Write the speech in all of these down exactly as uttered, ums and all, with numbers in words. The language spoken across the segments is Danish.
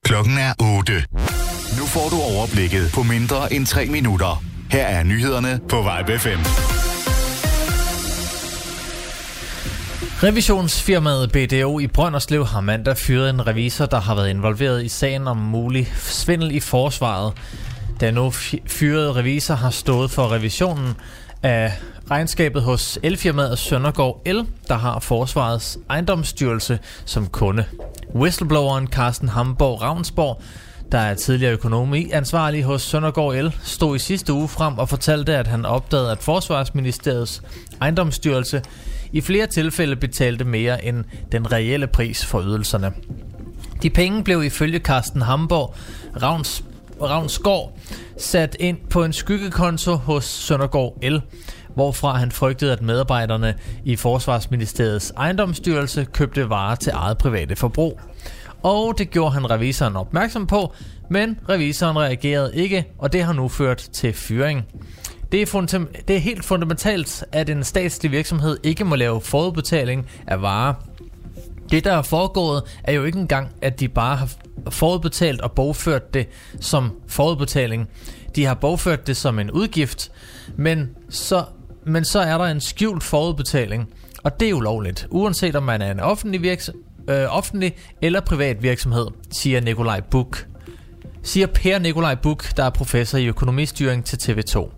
Klokken er otte. Nu får du overblikket på mindre end tre minutter. Her er nyhederne på Vibe F M. Revisionsfirmaet B D O i Brønderslev har mandag fyret en revisor, der har været involveret i sagen om mulig svindel i forsvaret. Den nu fyrede revisor har stået for revisionen af regnskabet hos elfirmaet Søndergaard El, der har Forsvarets ejendomsstyrelse som kunde. Whistlebloweren Carsten Hamborg Ravnsborg, der er tidligere økonomiansvarlig hos Søndergaard El, stod i sidste uge frem og fortalte, at han opdagede, at Forsvarsministeriets ejendomsstyrelse i flere tilfælde betalte mere end den reelle pris for ydelserne. De penge blev ifølge Carsten Hamborg Ravns, Ravnsgaard sat ind på en skyggekonto hos Søndergaard El, hvorfra han frygtede, at medarbejderne i Forsvarsministeriets ejendomsstyrelse købte varer til eget private forbrug. Og det gjorde han revisoren opmærksom på, men revisoren reagerede ikke, og det har nu ført til fyring. Det er, fundam- det er helt fundamentalt, at en statslig virksomhed ikke må lave forudbetaling af varer. Det, der er foregået, er jo ikke engang, at de bare har forudbetalt og bogført det som forudbetaling. De har bogført det som en udgift, men så, men så er der en skjult forudbetaling, og det er ulovligt, uanset om man er en offentlig, virks- øh, offentlig eller privat virksomhed, siger Nikolaj Buch. Siger Per Nikolaj Buch, der er professor i økonomistyring til T V to.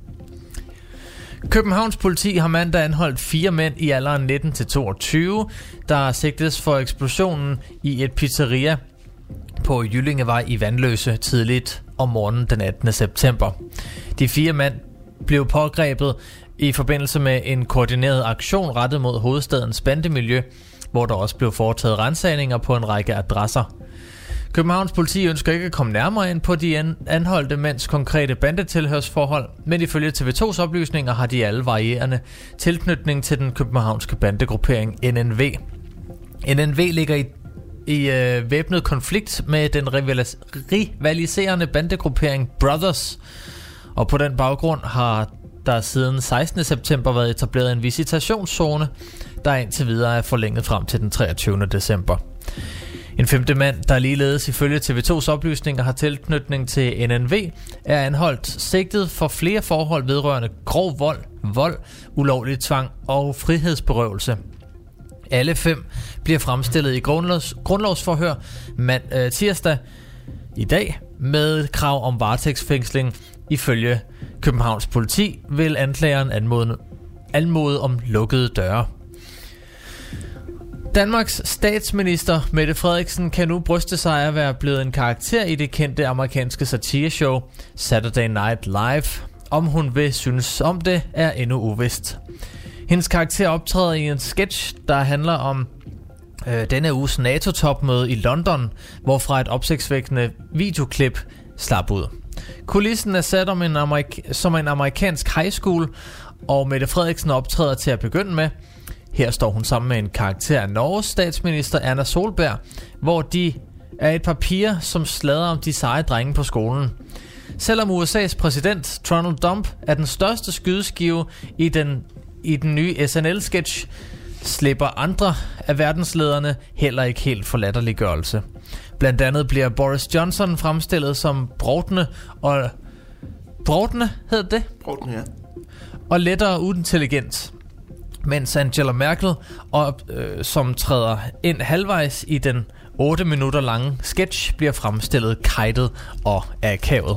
Københavns politi har mandag anholdt fire mænd i alderen nitten til toogtyve, der sigtes for eksplosionen i et pizzeria på Jyllingevej i Vandløse tidligt om morgenen den attende september. De fire mænd blev pågrebet i forbindelse med en koordineret aktion rettet mod hovedstadens bandemiljø, hvor der også blev foretaget ransagninger på en række adresser. Københavns politi ønsker ikke at komme nærmere ind på de anholdte mænds konkrete bandetilhørsforhold, men ifølge T V tos oplysninger har de alle varierende tilknytning til den københavnske bandegruppering N N V. N N V ligger i, i øh, væbnet konflikt med den rivalis- rivaliserende bandegruppering Brothers, og på den baggrund har der siden sekstende september været etableret en visitationszone, der indtil videre er forlænget frem til den treogtyvende december. En femte mand, der ligeledes ifølge T V tos oplysninger har tilknytning til N N V, er anholdt sigtet for flere forhold vedrørende grov vold, vold, ulovlig tvang og frihedsberøvelse. Alle fem bliver fremstillet i grundlovs, grundlovsforhør mand, øh, tirsdag i dag med krav om varetægtsfængsling. Ifølge Københavns politi vil anklageren anmode, anmode om lukkede døre. Danmarks statsminister Mette Frederiksen kan nu bryste sig af at være blevet en karakter i det kendte amerikanske satireshow Saturday Night Live. Om hun vil synes om det, er endnu uvist. Hendes karakter optræder i en sketch, der handler om øh, denne uges NATO-topmøde i London, hvorfra et opsigtsvækkende videoklip slap ud. Kulissen er sat om en amerik- som en amerikansk high school, og Mette Frederiksen optræder til at begynde med. Her står hun sammen med en karakter af Norges statsminister Erna Solberg, hvor de er et papir, som sladrer om de seje drenge på skolen. Selvom U S A's præsident Donald Trump er den største skydeskive i den, i den nye S N L-sketch, slipper andre af verdenslederne heller ikke helt for latterliggørelse. Blandt andet bliver Boris Johnson fremstillet som brovtende og... Brovtende hed det? Brovtende, ja. Og lettere uintelligent. Mens Angela Merkel, og, øh, som træder ind halvvejs i den otte minutter lange sketch, bliver fremstillet kajtet og akavet.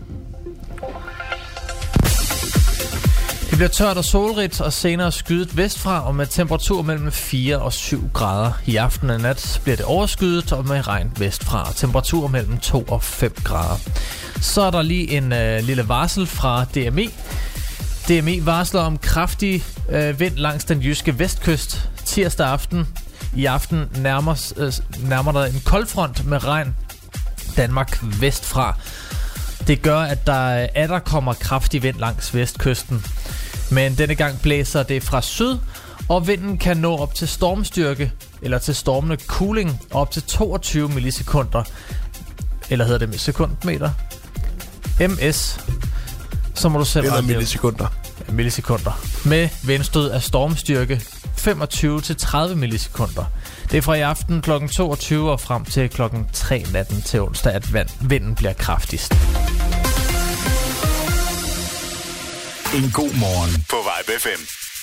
Det bliver tørt og solrigt og senere skydet vestfra, og med temperatur mellem fire og syv grader. I aften og nat bliver det overskyet og med regn vestfra, og temperatur mellem to og fem grader. Så er der lige en øh, lille varsel fra D M I. D M I varsler om kraftig øh, vind langs den jyske vestkyst tirsdag aften. I aften nærmer, øh, nærmer der en koldfront med regn Danmark vestfra. Det gør, at der atter kommer kraftig vind langs vestkysten. Men denne gang blæser det fra syd, og vinden kan nå op til stormstyrke, eller til stormende cooling, op til toogtyve millisekunder. Eller hedder det sekundmeter? M S. Så må du selv eller millisekunder. Ja, millisekunder. Med vindstød af stormstyrke femogtyve til tredive millisekunder. Det er fra i aften klokken toogtyve og frem til klokken tre natten til onsdag, at vand, vinden bliver kraftigst. En god morgen på Vibe F M.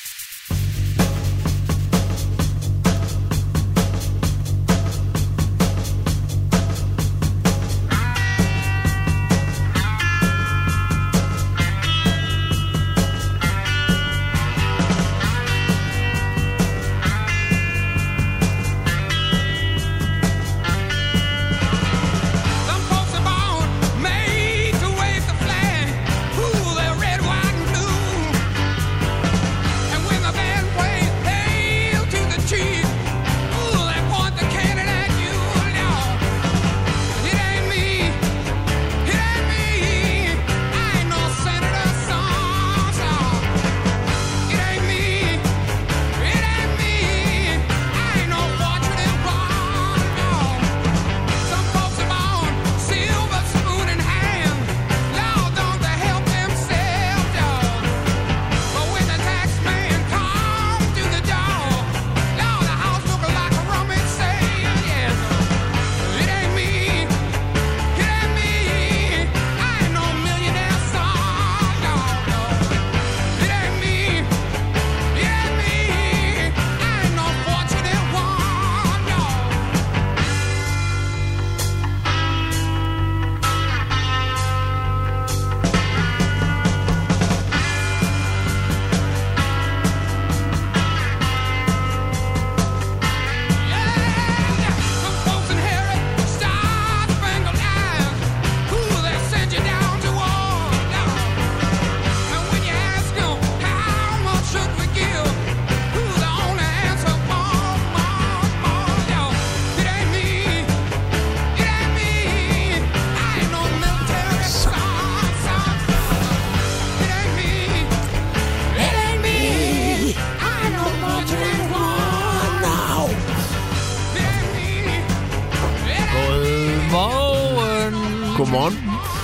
Godmorgen.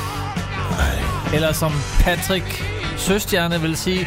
Eller som Patrick Søstjerne vil sige,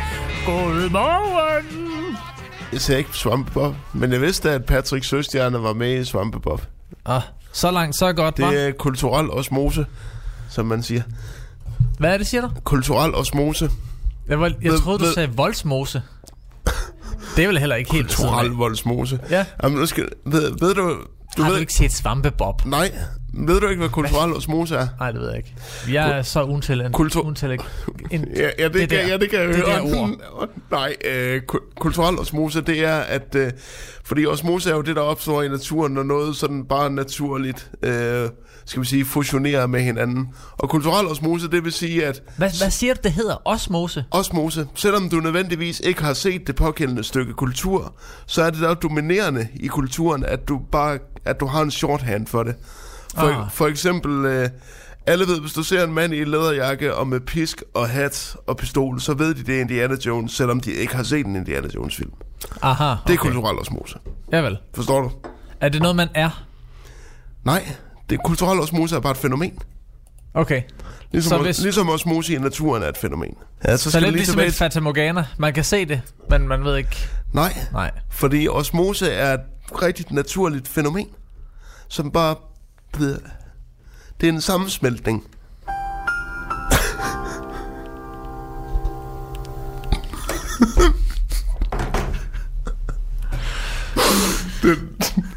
godmorgen. Jeg sagde ikke Svampebob, men jeg vidste, at Patrick Søstjerne var med i Svampebob. Ah, så langt, så godt, hva'? Det er kulturel osmose, som man siger. Hvad er det, siger du? Kulturel osmose. Jeg, var, jeg ved, troede, du ved, sagde voldsmose. Det er vel heller ikke helt kulturel voldsmose. Ja. Jamen, nu skal, ved, ved du... Du Har ved, du ikke set Svampebob? Nej. Ved du ikke, hvad kulturel osmose er? Nej, det ved jeg ikke. Jeg er så uintelligent. Kultur... Uintelligent. Ja, ja, det, det, kan, ja, det kan jeg det høre. Der ord. Nej, øh, kulturel osmose, det er, at... Øh, fordi osmose er jo det, der opstår i naturen, når noget sådan bare naturligt, øh, skal vi sige, fusionerer med hinanden. Og kulturel osmose, det vil sige, at... Hvad, hvad siger du, det hedder? Osmose? Osmose. Selvom du nødvendigvis ikke har set det pågældende stykke kultur, så er det der dominerende i kulturen, at du bare at du har en shorthand for det. For, ah. for eksempel, øh, alle ved, hvis du ser en mand i en læderjakke og med pisk og hat og pistol, så ved de, det er Indiana Jones, selvom de ikke har set en Indiana Jones film. Aha, okay. Det er kulturel osmose. Javel. Forstår du? Er det noget, man er? Nej, det kulturel osmose er bare et fænomen. Okay. Ligesom, hvis... ligesom osmose i naturen er et fænomen. Ja, så så lidt lige ligesom tilbage... et Fata Morgana. Man kan se det, men man ved ikke. Nej, Nej. Fordi osmose er et rigtig naturligt fænomen, som bare... Det er en sammensmeltning. Den...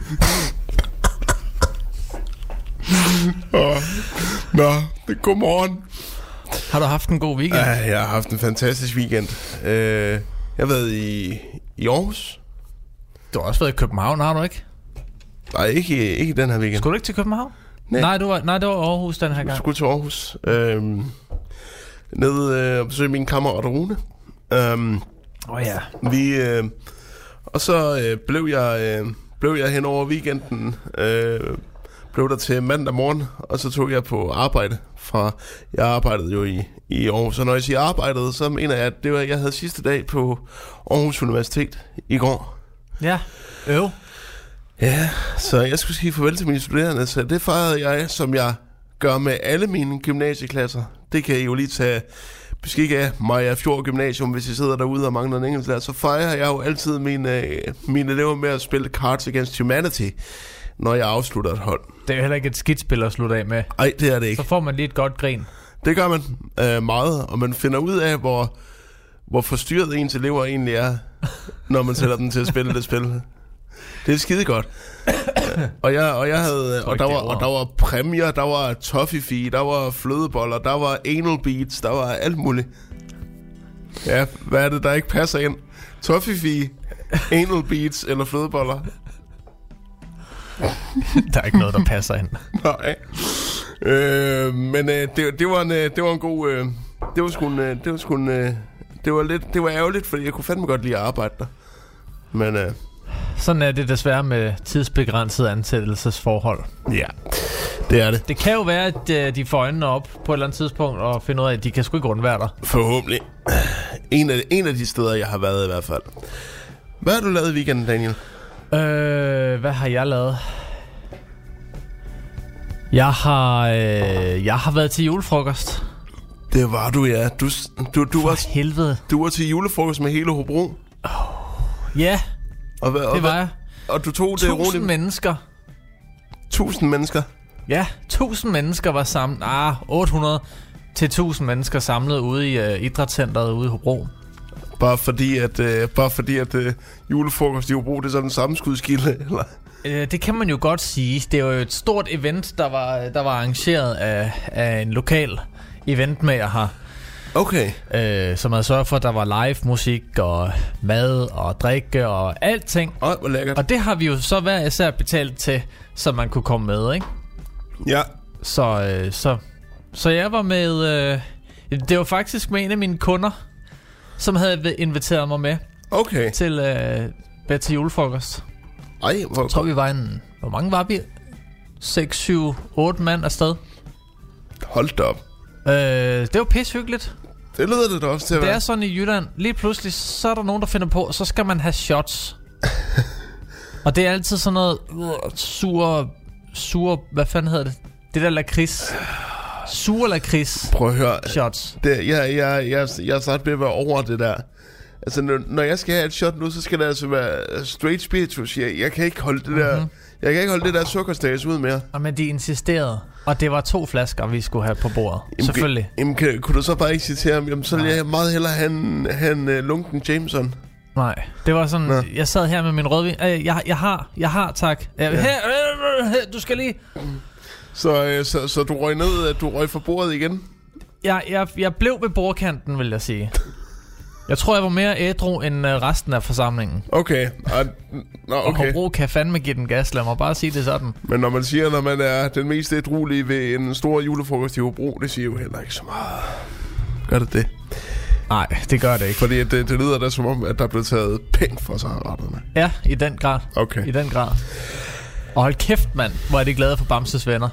oh. Nå, det er godmorgen. Har du haft en god weekend? Ja, jeg har haft en fantastisk weekend. Uh, jeg har været i, i Aarhus. Du har også været i København, har du ikke? Nej, ikke, ikke den her weekend. Skulle du ikke til København? Nej, nej, du var, nej det var Aarhus den her gang. Jeg skulle til Aarhus. Øhm, nede øh, og besøge min kammerat Rune. Øhm, Åh oh, ja. Vi, øh, og så øh, blev jeg øh, blev jeg hen over weekenden. Øh, blev der til mandag morgen, og så tog jeg på arbejde. Fra jeg arbejdede jo i, i Aarhus. Så når jeg siger arbejdede, så mener jeg, at det var, jeg havde sidste dag på Aarhus Universitet i går. Ja, øv. Ja, så jeg skulle sige farvel til mine studerende, så det fejrede jeg, som jeg gør med alle mine gymnasieklasser. Det kan I jo lige tage beskik af Maja Fjord Gymnasium, hvis I sidder derude og mangler en engelsklærer, så fejrer jeg jo altid mine, mine elever med at spille Cards Against Humanity, når jeg afslutter et hold. Det er jo heller ikke et skidt spil at slutte af med. Nej, det er det ikke. Så får man lige et godt grin. Det gør man øh, meget, og man finder ud af, hvor, hvor forstyrret ens elever egentlig er, når man sætter dem til at spille det spil. Det er skide godt. og, jeg, og, jeg havde, og, der var, og der var præmier, der var toffifee, der var flødeboller, der var anal beads, der var alt muligt. Ja, hvad er det, der ikke passer ind? Toffifee, anal beads eller flødeboller? Der er ikke noget, der passer ind. Nej. Øh, men øh, det, det, var en, det var en god... Øh, det var sgu en, det var sgu en, øh, det var lidt, det var ærgerligt, fordi jeg kunne fandme godt lide at arbejde der. Men... Øh, Sådan er det desværre med tidsbegrænset ansættelsesforhold. Ja, det er det. Det kan jo være, at de får øjnene op på et eller andet tidspunkt og finder ud af, at de kan sgu ikke undvære dig. Forhåbentlig. En af, en af de steder, jeg har været i hvert fald. Hvad har du lavet i weekenden, Daniel? Øh, hvad har jeg lavet? Jeg har, øh, jeg har været til julefrokost. Det var du, ja. Du, du, du, For var, helvede. du var til julefrokost med hele Hobro. Oh, ja, og hvad, og det var hvad, jeg. Og du tog det roligt. Tusind mennesker. Tusind mennesker? Ja, tusind mennesker var samlet. Ah, otte hundrede til tusind mennesker samlet ude i uh, idrætscenteret ude i Hobro. Bare fordi, at, uh, bare fordi, at uh, julefrokost i Hobro, det er sådan en sammenskudskilde, eller? Uh, det kan man jo godt sige. Det var jo et stort event, der var, der var arrangeret af, af en lokal eventmager her. Okay. Øh, som havde sørget for, at der var live musik og mad og drikke og alting. Åh, hvor lækkert. Og det har vi jo så hver især betalt til, så man kunne komme med, ikke? Ja. Så, øh, så, så jeg var med... Øh, det var faktisk med en af mine kunder, som havde inviteret mig med. Okay. Til, øh, med til julefrokost. Ej, hvor... Jeg tror, vi var en... Hvor mange var vi? seks, syv, otte mand afsted. Hold da op. Øh, det var pishyggeligt. Det lyder det da også til at Det være. er sådan i Jylland. Lige pludselig, så er der nogen, der finder på, så skal man have shots. Og det er altid sådan noget uh, sur, sur, hvad fanden hedder det? Det der lakrids. Sur lakrids. Prøv at høre. Shots. Det, jeg, jeg, jeg, jeg er snart ved at være over det der. Altså, når, når jeg skal have et shot nu, så skal det altså være straight spiritus. Jeg, jeg kan ikke holde det mm-hmm. der... Jeg kan ikke holde det der sukkerstages ud mere. Og men de insisterede. Og det var to flasker, vi skulle have på bordet. Jamen, selvfølgelig. Jamen, kan, kunne du så bare ikke sige til ham, jamen, så vil jeg meget hellere have en, have en uh, lunken Jameson. Nej, det var sådan, Nå. Jeg sad her med min rødvin. Øh, jeg, jeg har, jeg har, tak. Jeg, ja. her, øh, her, du skal lige... Så, øh, så, så du røg ned, at du røg fra bordet igen? Jeg, jeg, jeg blev ved bordkanten, vil jeg sige. Jeg tror, jeg var mere ædru end uh, resten af forsamlingen. Okay. Og, nå, okay. Og Hobro kan fandme give den gas, lad mig bare sige det sådan. Men når man siger, når man er den mest ædruelige ved en stor julefrokost i Hobro, det siger jo heller ikke så meget. Gør det det? Nej, det gør det ikke. Fordi det, det lyder da som om, at der er blevet taget pænt for sig retterne. Ja, i den grad. Okay. I den grad. Og hold kæft, mand, hvor er de glade for Bamses venner.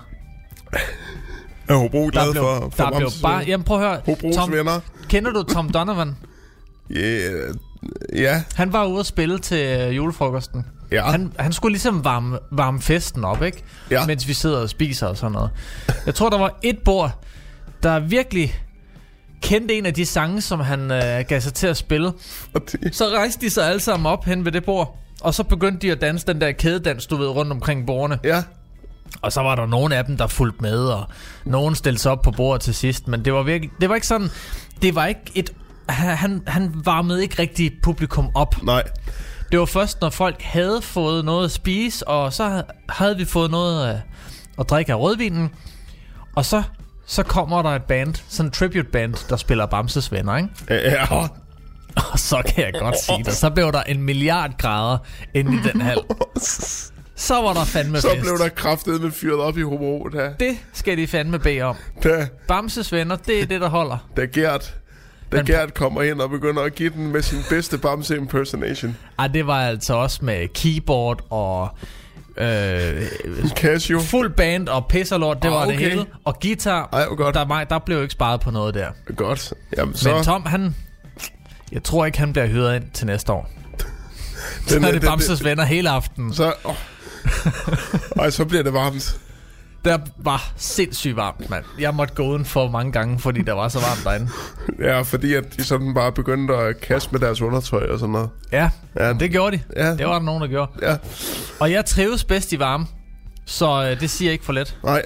Er Hobro glad blev, for, for der blev Bamses bare, jamen prøv at høre. Hobros Tom, venner? Kender du Tom Donovan? Yeah. Ja. Han var ude at spille til uh, julefrokosten. Ja. Han, han skulle ligesom varme, varme festen op, ikke? Ja. Mens vi sidder og spiser og sådan noget. Jeg tror, der var et bord, der virkelig kendte en af de sange, som han uh, gav sig til at spille. Så rejste de sig alle sammen op hen ved det bord. Og så begyndte de at danse den der kædedans, du ved, rundt omkring bordene. Ja. Og så var der nogle af dem, der fulgte med, og nogen stillede sig op på bordet til sidst. Men det var virkelig, det var ikke sådan, det var ikke et, han, han varmede ikke rigtig publikum op. Nej. Det var først, når folk havde fået noget at spise, og så havde vi fået noget at, at drikke af rødvinen. Og så, så kommer der et band, sådan en tribute band, der spiller Bamses venner, ikke? Ja. Og så kan jeg godt sige det. Så blev der en milliard grader inde i den hal. Så var der fandme så fest. blev der kraftedeme fyret op i Hobro. Da. Det skal de fandme bede om. Da, Bamses venner, det er det, der holder. da Gert, da Men- Gert kommer ind og begynder at give den med sin bedste Bamse impersonation. Ej, det var altså også med keyboard og øh, Casio. fuld band og pisserlort. Det Ah, var okay. det hele. Og guitar. Ej, hvor godt. Der, var- der blev jo ikke sparet på noget der. Godt. Jamen, så... Men Tom, han... Jeg tror ikke, han bliver hyret ind til næste år. Så Den- er det den- Bamses venner hele aftenen. Så... Oh. Ej, så bliver det varmt. Der var sindssygt varmt, mand. Jeg måtte gå uden for mange gange, fordi der var så varmt derinde. Ja, fordi at de sådan bare begyndte at kaste med deres undertøj og sådan noget. Ja, ja. det gjorde de. Ja. Det var der nogen, der gjorde. Ja. Og jeg trives bedst i varme, så øh, det siger jeg ikke for let. Nej.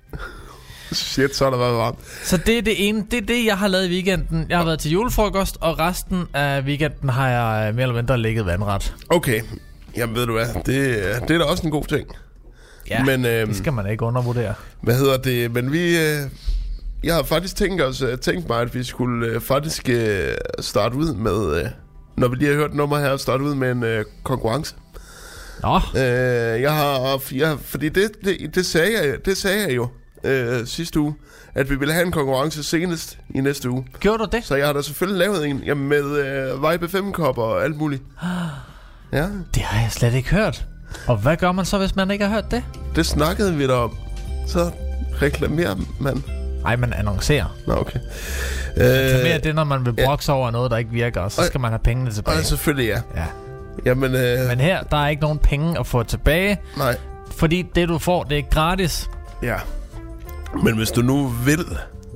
Shit, så har der været varmt. Så det er det ene. Det er det, jeg har lavet i weekenden. Jeg har været til julefrokost, og resten af weekenden har jeg øh, mere eller mindre ligget vandret. Okay. Jamen ved du hvad, det, det er da også en god ting. Ja, men, øh, det skal man ikke undervurdere. Hvad hedder det? Men vi... Øh, jeg har faktisk tænkt, os, tænkt mig, at vi skulle øh, faktisk øh, starte ud med... Øh, når vi lige har hørt nummer her, starte ud med en øh, konkurrence. Nå. Øh, jeg har... Jeg, fordi det, det, det, sagde jeg, det sagde jeg jo øh, sidste uge, at vi ville have en konkurrence senest i næste uge. Gjorde du det? Så jeg har da selvfølgelig lavet en jamen, med øh, Vibe F M-kopper og alt muligt. Ja. Det har jeg slet ikke hørt. Og hvad gør man så, hvis man ikke har hørt det? Det snakkede vi da om. Så reklamerer man. Ej, man annoncerer. Nå, okay. Reklamerer øh, det, når man vil brokse ja. over noget, der ikke virker, og så skal man have pengene tilbage. Og selvfølgelig, ja. ja. Jamen, øh... Men her, der er ikke nogen penge at få tilbage. Nej. Fordi det, du får, det er gratis. Ja. Men hvis du nu vil,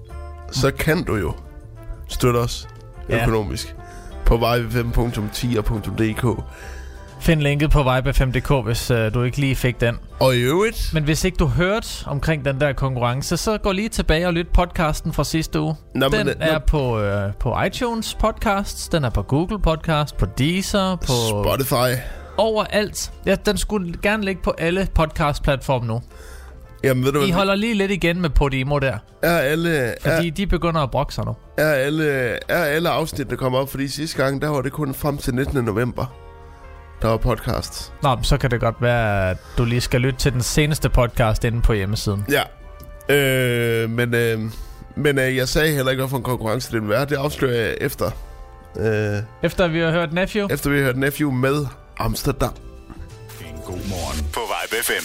så kan du jo støtte os ja. økonomisk på vibe fem punktum tier punktum d k. Find linket på vibe fem punktum d k, hvis øh, du ikke lige fik den. Og i øvrigt... Men hvis ikke du hørte omkring den der konkurrence, så gå lige tilbage og lyt podcasten fra sidste uge. Nå, den men, er nå... på, øh, på iTunes podcasts, den er på Google Podcast, på Deezer, på... Spotify. Overalt. Ja, den skulle gerne ligge på alle podcast-platforme nu. Jamen, ved du, I holder lige lidt igen med Podimo der. Er alle... Fordi er, de begynder at brokke sig nu. Er alle, er alle afsnit, der kommer op? Fordi sidste gang, der var det kun frem til nittende november. Der var podcast. Nå, så kan det godt være, at du lige skal lytte til den seneste podcast inde på hjemmesiden. Ja. Øh, men øh, men øh, jeg sagde heller ikke, hvorfor en konkurrence det ville være. Det afslører jeg efter. Øh, efter vi har hørt Nephew? Efter vi har hørt Nephew med Amsterdam. En god morgen på Vibe F M.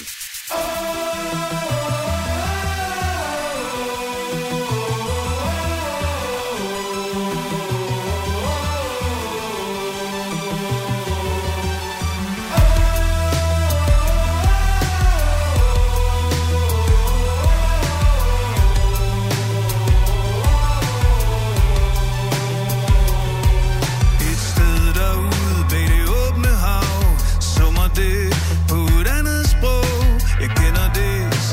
På et andet sprog, jeg kender det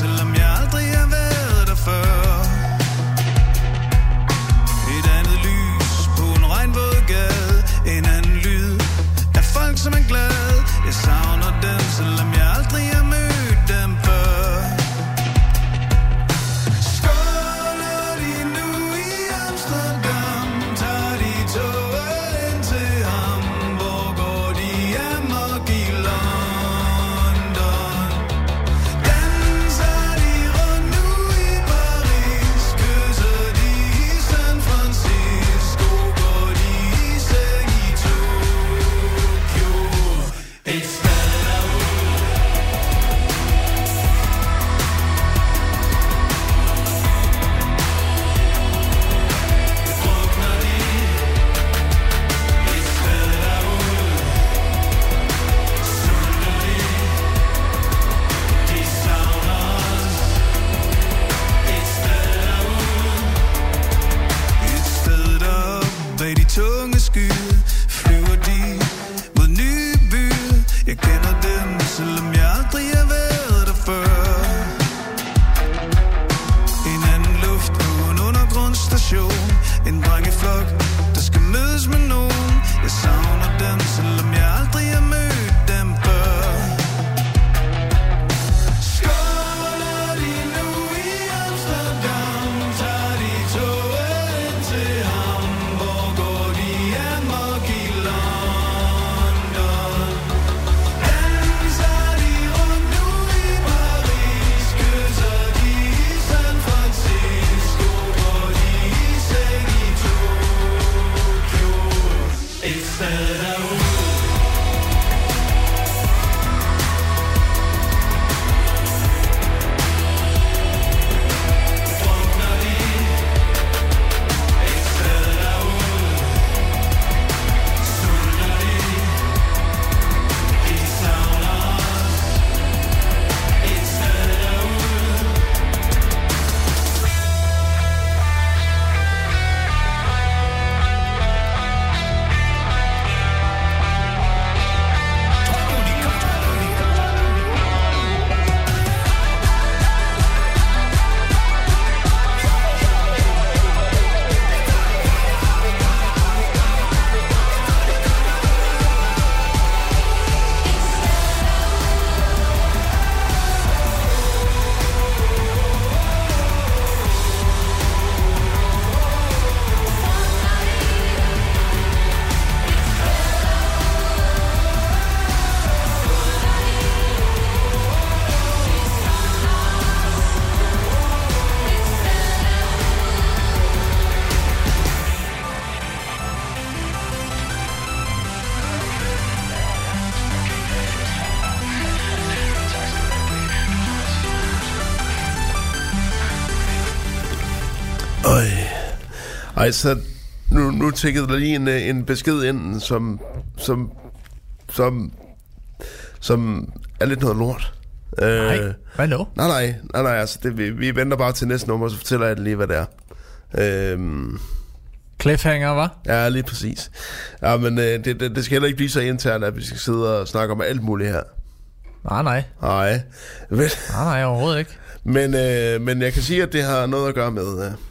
Ej, så nu, nu tækkede der lige en, en besked ind, som, som, som, som er lidt noget lort. Nej, øh, hvad nu? Nej, nej, nej, nej, altså det, vi, vi venter bare til næste nummer, så fortæller jeg det lige, hvad det er. Øhm, Cliffhanger, hva'? Ja, lige præcis. Ja, men øh, det, det, det skal heller ikke blive så internt, at vi skal sidde og snakke om alt muligt her. Nej, nej. Nej. Men, Nej, nej, overhovedet ikke. men, øh, men jeg kan sige, at det har noget at gøre med... Øh,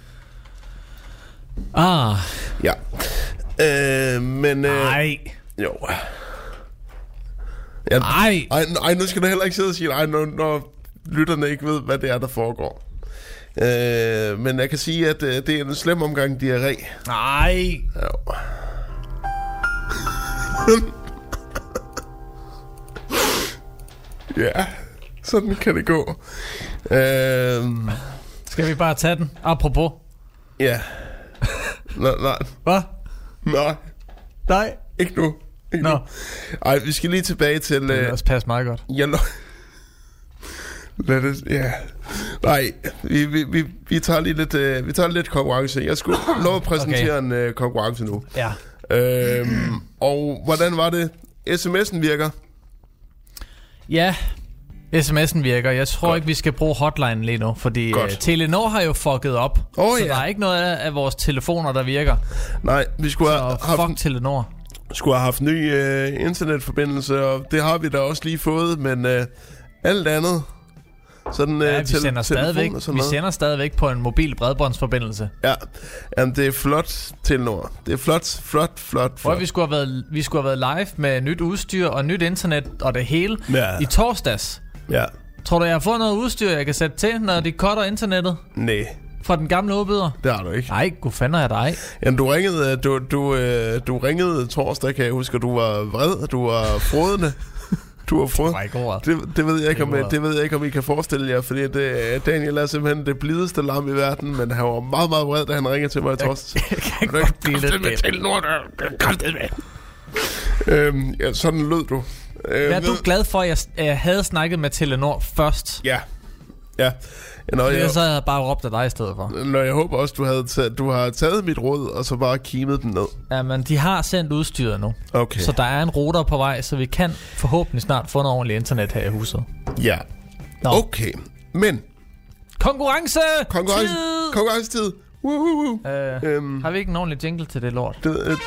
Ah. ja. Øh, men... Øh, Nej. Jo. Ja, Nej. ej, ej, nu skal du heller ikke sidde og sige nej, når, når lytterne ikke ved, hvad det er, der foregår. Øh, men jeg kan sige, at øh, det er en slem omgang diarré. Nej. Jo. Ja, sådan kan det gå. Øh, Skal vi bare tage den? Apropos. ja. Nej, nej. Hvad? Nej, Nej. ikke nu. Ikke Nå. nu. Ej, vi skal lige tilbage til... Det vil Øh, også passe meget godt. jeg lo- Lad det, ja. Nej, vi, vi, vi, vi tager lige lidt, øh, vi tager lidt konkurrence. Jeg skulle lov at præsentere okay. en øh, konkurrence nu. Ja. Øhm, og hvordan var det? sms'en virker. Ja, sms'en virker. Jeg tror Godt. ikke, vi skal bruge hotline lige nu, fordi uh, Telenor har jo fucket op. Oh, så ja. der er ikke noget af, af vores telefoner, der virker. Nej, vi skulle have Så haft, fuck Telenor. skulle have haft ny øh, internetforbindelse, og det har vi da også lige fået, men øh, alt andet... Sådan, Ja, øh, vi, tel- sender stadigvæk, vi noget. sender stadigvæk på en mobil bredbåndsforbindelse. Ja, jamen, det er flot til Nord. Det er flot, flot, flot, Hvor flot. vi skulle have været, vi skulle have været live med nyt udstyr og nyt internet og det hele Ja. i torsdags. Ja, Tror du, jeg har fået noget udstyr, jeg kan sætte til, når de cutter internettet nej, fra den gamle udbyder? det har du ikke. Nej, gud fanden er dig. Jamen, du ringede, du, du, øh, du ringede torsdag, kan jeg huske, og du var vred, du var frodende. Du var frod. Det, det, ved jeg ikke, om, det ved jeg ikke, om I kan forestille jer, fordi det, Daniel er simpelthen det blideste lam i verden, men han var meget, meget vred, da han ringede til mig i torsdag. Jeg kan godt blive lidt med til Nord, øhm, ja, sådan lød du. Øh, Er du glad for, at jeg, jeg havde snakket med Telenor først? Ja. Ja. Når Fordi jeg, så havde jeg bare råbt af dig i stedet for. når jeg håber også, du, havde taget, du har taget mit råd, og så bare kimet den ned. Ja, men de har sendt udstyret nu. Okay. Så der er en router på vej, så vi kan forhåbentlig snart få noget ordentligt internet her i huset. Ja. Nå. Okay. Men. Konkurrence! Konkurrence. Tid! Konkurrence-tid. Woohoo. Øh, Øhm. Har vi ikke en ordentlig jingle til det lort? Det, øh.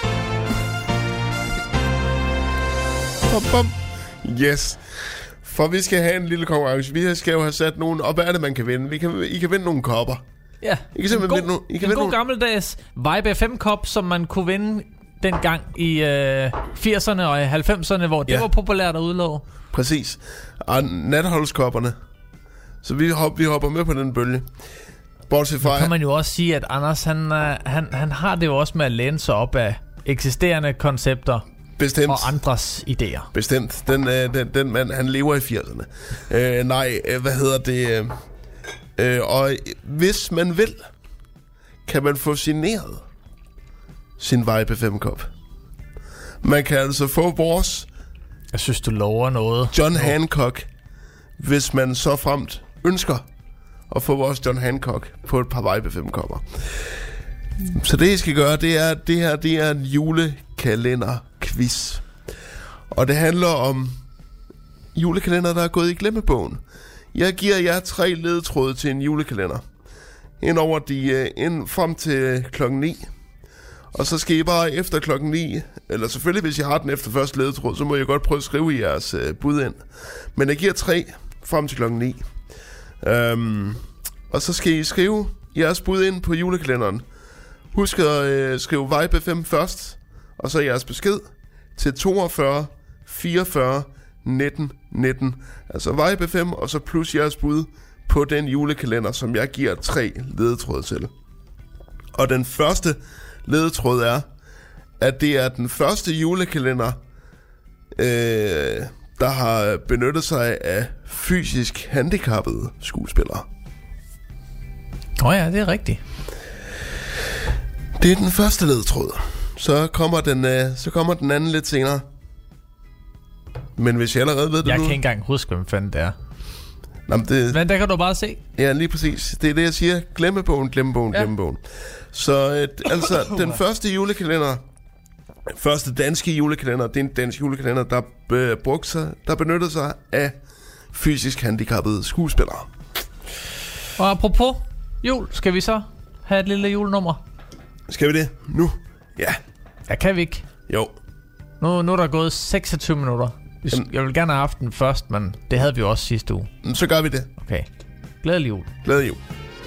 Bom, bom. Yes. For vi skal have en lille konkurrence. Vi skal jo have sat nogen... Og hvad er det, man kan vinde? Vi kan, I kan vinde nogle kopper. Ja, I kan simpelthen en god, vinde nogle... I kan en vinde god nogle... gammeldags Vibe F M-kop, som man kunne vinde dengang i øh, firserne og i halvfemserne, hvor det Ja. var populært at udlove. Præcis. Og natholdskopperne. Så vi, hop, vi hopper med på den bølge. Bortset fra... Så kan man jo også sige, at Anders, han, øh, han, han har det jo også med at læne sig op af eksisterende koncepter Bestemt. og andres idéer. Bestemt. Den, øh, den, den mand, han lever i firserne. Øh, nej, øh, hvad hedder det? Øh, øh, og hvis man vil, kan man få signeret sin Vibe F M-kop. Man kan altså få vores Jeg synes, du lover noget. John Hancock, hvis man så fremt ønsker at få vores John Hancock på et par Vibe F M-kopper. Så det, I skal gøre, det er, det her det er en julekalender-quiz. Og det handler om julekalender, der er gået i glemmebogen. Jeg giver jer tre ledetråde til en julekalender. Ind over de, ind frem til klokken ni. Og så skal I bare efter klokken ni, eller selvfølgelig hvis I har den efter første ledetråd, så må I godt prøve at skrive jeres øh, bud ind. Men jeg giver tre frem til klokken ni. Um, og så skal I skrive jeres bud ind på julekalenderen. Husk at øh, skrive Vibe F M først, og så jeres besked til toogfyrre fireogfyrre nitten nitten. Altså Vibe F M, og så plus jeres bud på den julekalender, som jeg giver tre ledetråde til. Og den første ledetråd er, at det er den første julekalender, øh, der har benyttet sig af fysisk handicappede skuespillere. Åh oh ja, det er rigtigt. Det er den første ledetråd. Så kommer den, øh, så kommer den anden lidt senere. Men hvis jeg allerede ved det Jeg nu... kan ikke engang huske, hvem fanden det er. Nå, men, det, men der kan du bare se. Ja, lige præcis. Det er det, jeg siger. Glemmebogen, glemmebogen, ja. glemmebogen. Så et, altså, den første julekalender, første danske julekalender, det er en dansk julekalender, der, be, brugt sig, der benyttede sig af fysisk handicappede skuespillere. Og apropos jul, skal vi så have et lille julenummer? Skal vi det? Nu? Ja. Ja, kan vi ikke? Jo. Nu, nu er der gået seksogtyve minutter. Jeg vil gerne have haft den først, men det havde vi jo også sidste uge. Så gør vi det. Okay. Glædelig jul. Glædelig jul.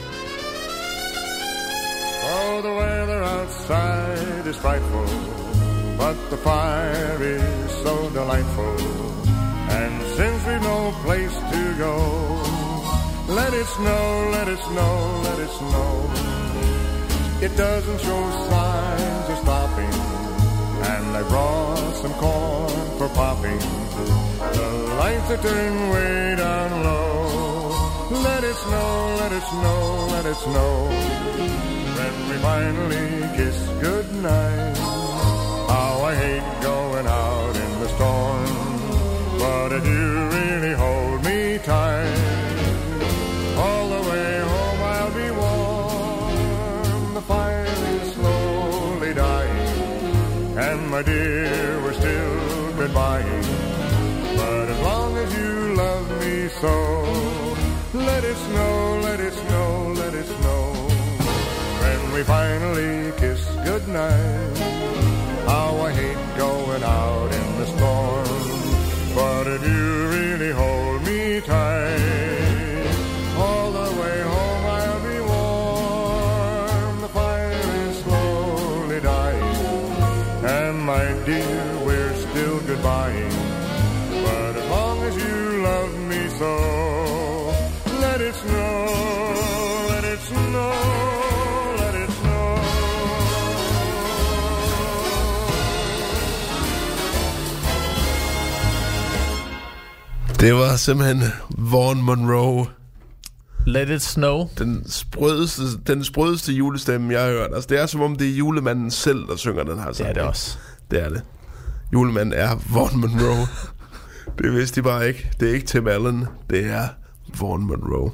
Oh, the weather outside is frightful, but the fire is so delightful. And since we've no place to go, let it snow, let it snow, let it snow. It doesn't show signs of stopping, and I brought some corn for popping. The lights are turned way down low. Let it snow, let it snow, let it snow. When we finally kiss goodnight, how I hate going out in the storm. But if you really hold me tight, all the way home I'll be warm. The fire is slowly dying, and my dear, we're still goodbying. But as long as you love me so, let it snow, let it snow, let it snow. When we finally kiss goodnight, how I hate going out in the storm. But if you really hold me tight, all the way home I'll be warm. The fire is slowly dying, and my dear, we're still goodbying. But as long as you love me so, let it snow, let it snow, let it snow. Det var simpelthen Vaughn Monroe. Let it snow. Den sprødeste, den sprødeste julestemme, jeg har hørt. Altså, det er som om det er julemanden selv, der synger den her sang. Det er det også. Det er det. Julemanden er Vaughn Monroe. Det vidste de bare ikke. Det er ikke Tim Allen. Det er Vaughn Monroe.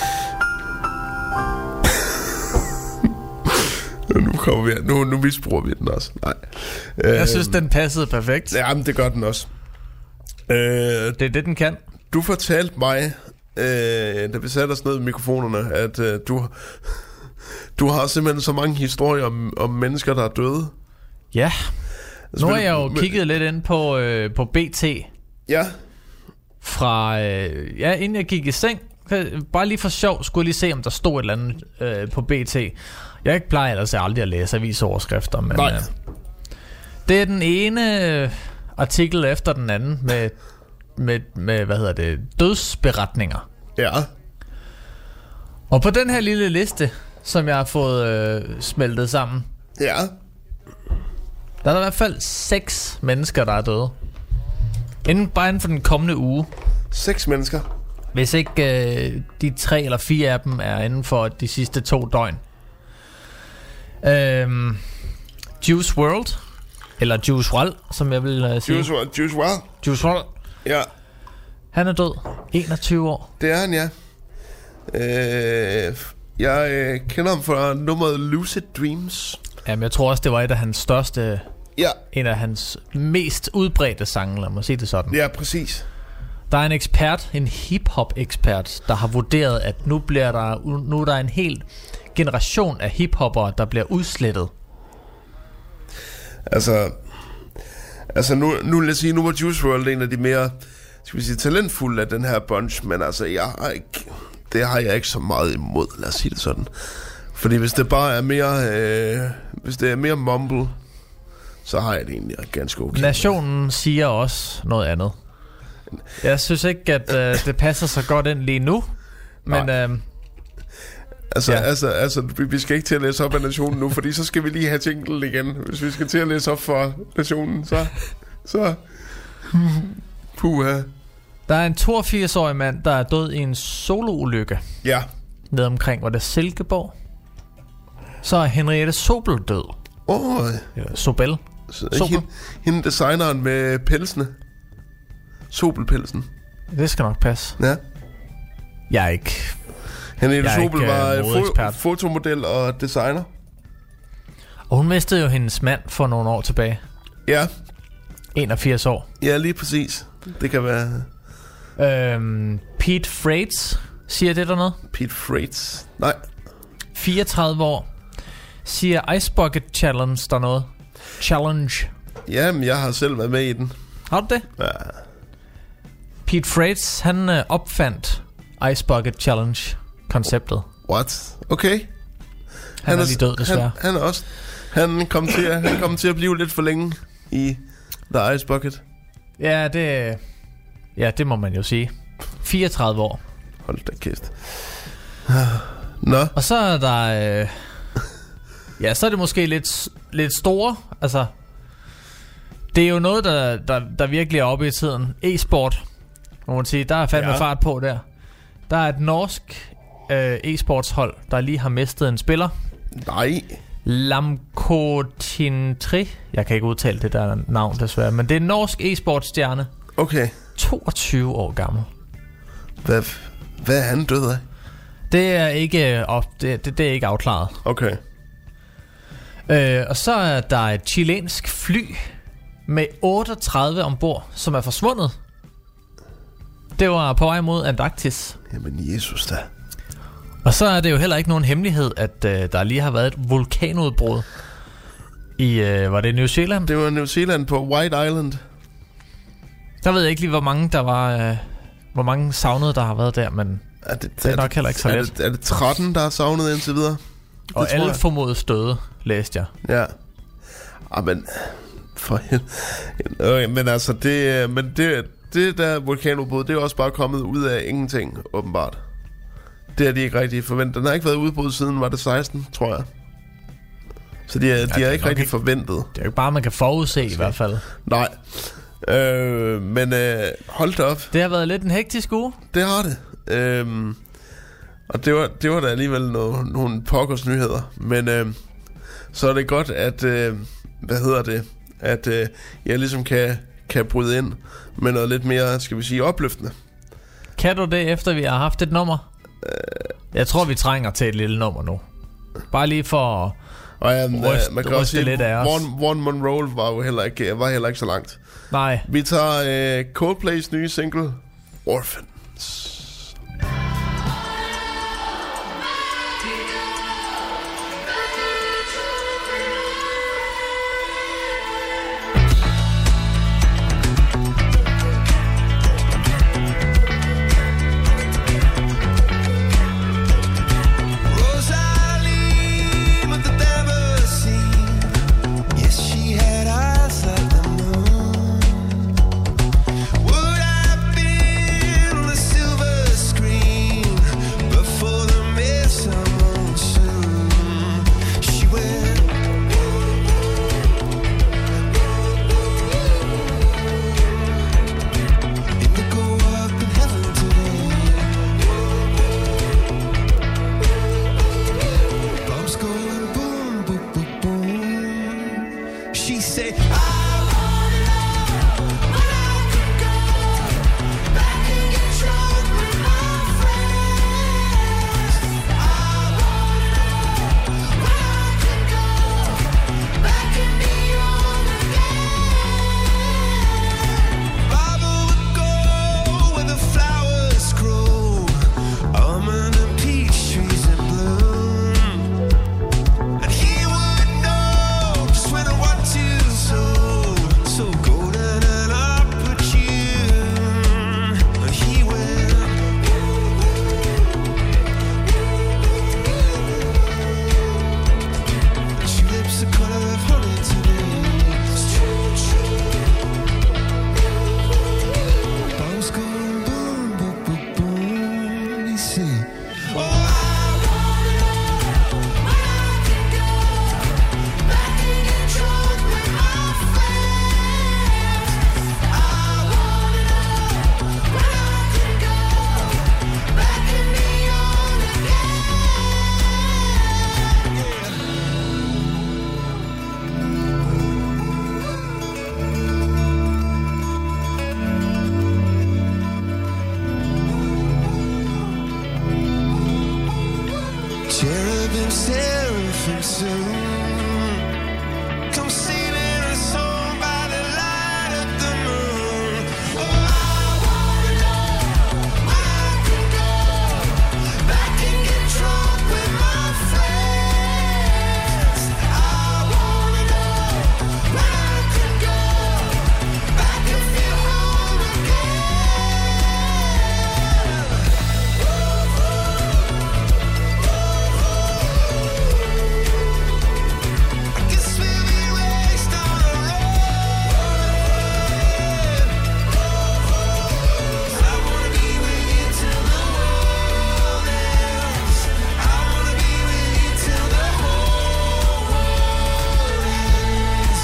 Nu kommer vi nu, nu misbruger vi den også. Nej. Jeg synes, den passede perfekt. Jamen, det gør den også. Øh, det er det, den kan. Du fortalte mig, øh, da vi satte os ned i mikrofonerne, at øh, du, du har simpelthen så mange historier om, om mennesker, der er døde. Ja. Altså, nu har jeg jo men, kigget lidt ind på, øh, på B T. Ja. Fra, øh, ja, inden jeg gik i seng. Bare lige for sjov, skulle jeg lige se, om der stod et eller andet øh, på B T. Jeg plejer ellers aldrig at læse avisoverskrifter, men øh, det er den ene øh, artikel efter den anden med, med, med, hvad hedder det, dødsberetninger. Ja. Og på den her lille liste, som jeg har fået øh, smeltet sammen, ja, der er der i hvert fald seks mennesker, der er døde. Inden, bare inden for den kommende uge. Seks mennesker? Hvis ikke øh, de tre eller fire af dem er inden for de sidste to døgn. Øhm, Juice world, eller Juice world, som jeg vil uh, sige. Juice world, Juice world. Juice world. Ja. Han er død. enogtyve år. Det er han, ja. Øh, jeg øh, kender ham fra nummeret Lucid Dreams. Jamen, jeg tror også, det var et af hans største... Ja. En af hans mest udbredte sange, lad mig sige det sådan. Ja, præcis. Der er en ekspert, en hip-hop ekspert, der har vurderet, at nu bliver der nu er der en hel generation af hip-hoppere, der bliver udslettet. Altså, altså nu, nu vil jeg sige, nu var Juice world en af de mere, skal vi sige, talentfulde af den her bunch, men altså, jeg har ikke, det har jeg ikke så meget imod, lad os sige det sådan. Fordi hvis det bare er mere, øh, hvis det er mere mumble, så har jeg det egentlig ganske okay. Nationen siger også noget andet. Jeg synes ikke, at øh, det passer så godt ind lige nu. Men øh, altså, ja. altså, altså, vi skal ikke til at læse op af Nationen nu, fordi så skal vi lige have jinglen igen. Hvis vi skal til at læse op for Nationen, så... så puha. Der er en toogfirs-årig mand, der er død i en soloulykke. Ja. Nede omkring, hvor det er Silkeborg. Så er Henriette Sobel død. Åh. Oh. Ja, Sobel. Sobel. Hende, hende designeren med pelsene. Sobelpelsen. Det skal nok passe. Ja. Jeg er ikke... Henriette Sobel ikke, var uh, fo- fotomodel og designer. Og hun mistede jo hendes mand for nogle år tilbage. Ja. enogfirs år. Ja, lige præcis. Det kan være... Øhm, Pete Freights, siger det der noget? Pete Freights? Nej. fireogtredive år. Siger Ice Bucket Challenge der noget? Challenge. Jamen, jeg har selv været med i den. Har du det? Ja. Pete Freights, han øh, opfandt Ice Bucket Challenge konceptet. What? Okay. Han, han er lige død desværre. Han, han er også... Han kom, til at, han kom til at blive lidt for længe i The Ice Bucket. Ja, det... Ja, det må man jo sige. fireogtredive år. Hold da kæft. Nå. Og så er der... Øh, ja, så er det måske lidt, lidt store. Altså... Det er jo noget, der, der, der virkelig er oppe i tiden. E-sport, må man sige. Der er fandme ja. fart på der. Der er et norsk øh, e-sportshold, der lige har mistet en spiller. Nej. Lamkotintri. Jeg kan ikke udtale det der navn desværre, men det er en norsk e-sportstjerne. Okay. toogtyve år gammel. Hvad, hvad er han død af? Det er ikke op, det, det, det er ikke afklaret. Okay. Øh, og så er der et chilensk fly med otteogtredive ombord, som er forsvundet. Det var på vej mod Antarktis. Jamen Jesus da. Og så er det jo heller ikke nogen hemmelighed, at øh, der lige har været et vulkanudbrud i, øh, var det New Zealand? Det var New Zealand på White Island. Der ved jeg ikke lige, hvor mange der var, øh, hvor mange savnede, der har været der, men er det, det er, er nok det, heller ikke så let. Er det, er det tretten, der er savnet indtil videre? Det og alle formodet støde, læste jeg. Ja. Ah, men... For okay, men altså, det, men det, det der vulkanudbrud, det er også bare kommet ud af ingenting, åbenbart. Det har de ikke rigtig forventet. Den har ikke været udbrudt siden, var det seksten, tror jeg. Så de, ja, de har ikke rigtig ikke, forventet. Det er jo ikke bare, man kan forudse i hvert fald. Nej. Øh, men øh, hold da op. Det har været lidt en hektisk uge. Det har det. Øh, og det var, det var da alligevel nogle, nogle pokkers nyheder. Men øh, så er det godt, at... Øh, hvad hedder det? At øh, jeg ligesom kan, kan bryde ind med noget lidt mere, skal vi sige, opløftende. Kan du det, efter vi har haft et nummer? Øh, jeg tror, vi trænger til et lille nummer nu. Bare lige for at og, ja, ryste, man kan også sige, lidt af os. One, One Monroe var jo heller ikke, var heller ikke så langt. Nej. Vi tager øh, Coldplays nye single, Orphans. Would I be on the silver different soon. Come sailing us home by the light of the moon. Oh, I wanna know where I can go back and get drunk with my friends. I wanna know where I can go back and feel home again. I guess we'll be raised on a road. I wanna be with you till the world ends. I wanna be with you till the whole world ends.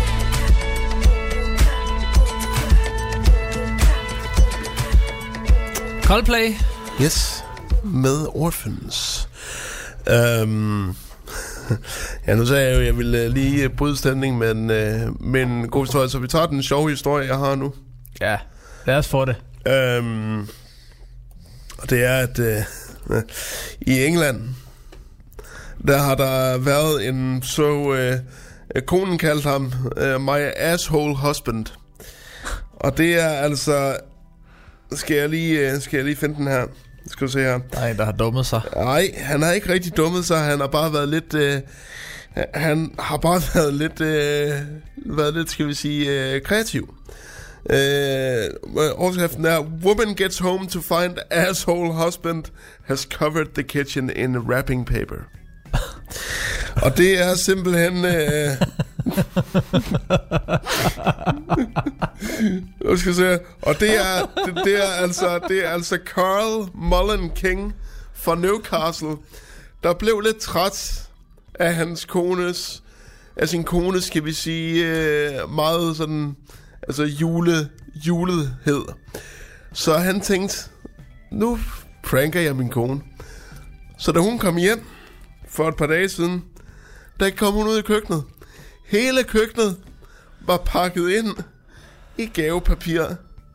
Coldplay. Yes, med Orphans. Um, ja, nu sagde jeg jo, at jeg ville lige bryde stemningen med en, uh, med en god historie, så vi tager den sjove historie, jeg har nu. Ja, lad os få det. Um, og det er, at uh, i England, der har der været en så... Uh, konen kaldte ham uh, my asshole husband. Og det er altså... Skal jeg lige, uh, skal jeg lige finde den her? Skal du se her. Nej, der har dummet sig. Nej, han har ikke rigtig dummet sig. Han har bare været lidt... Øh, han har bare været lidt... Øh, været lidt, skal vi sige, øh, kreativ. Øh, overskriften er: Woman gets home to find asshole husband has covered the kitchen in wrapping paper. Og det er simpelthen... Øh, jeg skal se. Og det er det, det er altså det er altså Carl Mullen King fra Newcastle, der blev lidt træt af hans kones af sin kones, skal vi sige, øh, meget sådan altså jule julethed. Så han tænkte, nu pranker jeg min kone. Så da hun kom hjem for et par dage siden, der kom hun ud i køkkenet. Hele køkkenet var pakket ind i gavepapir.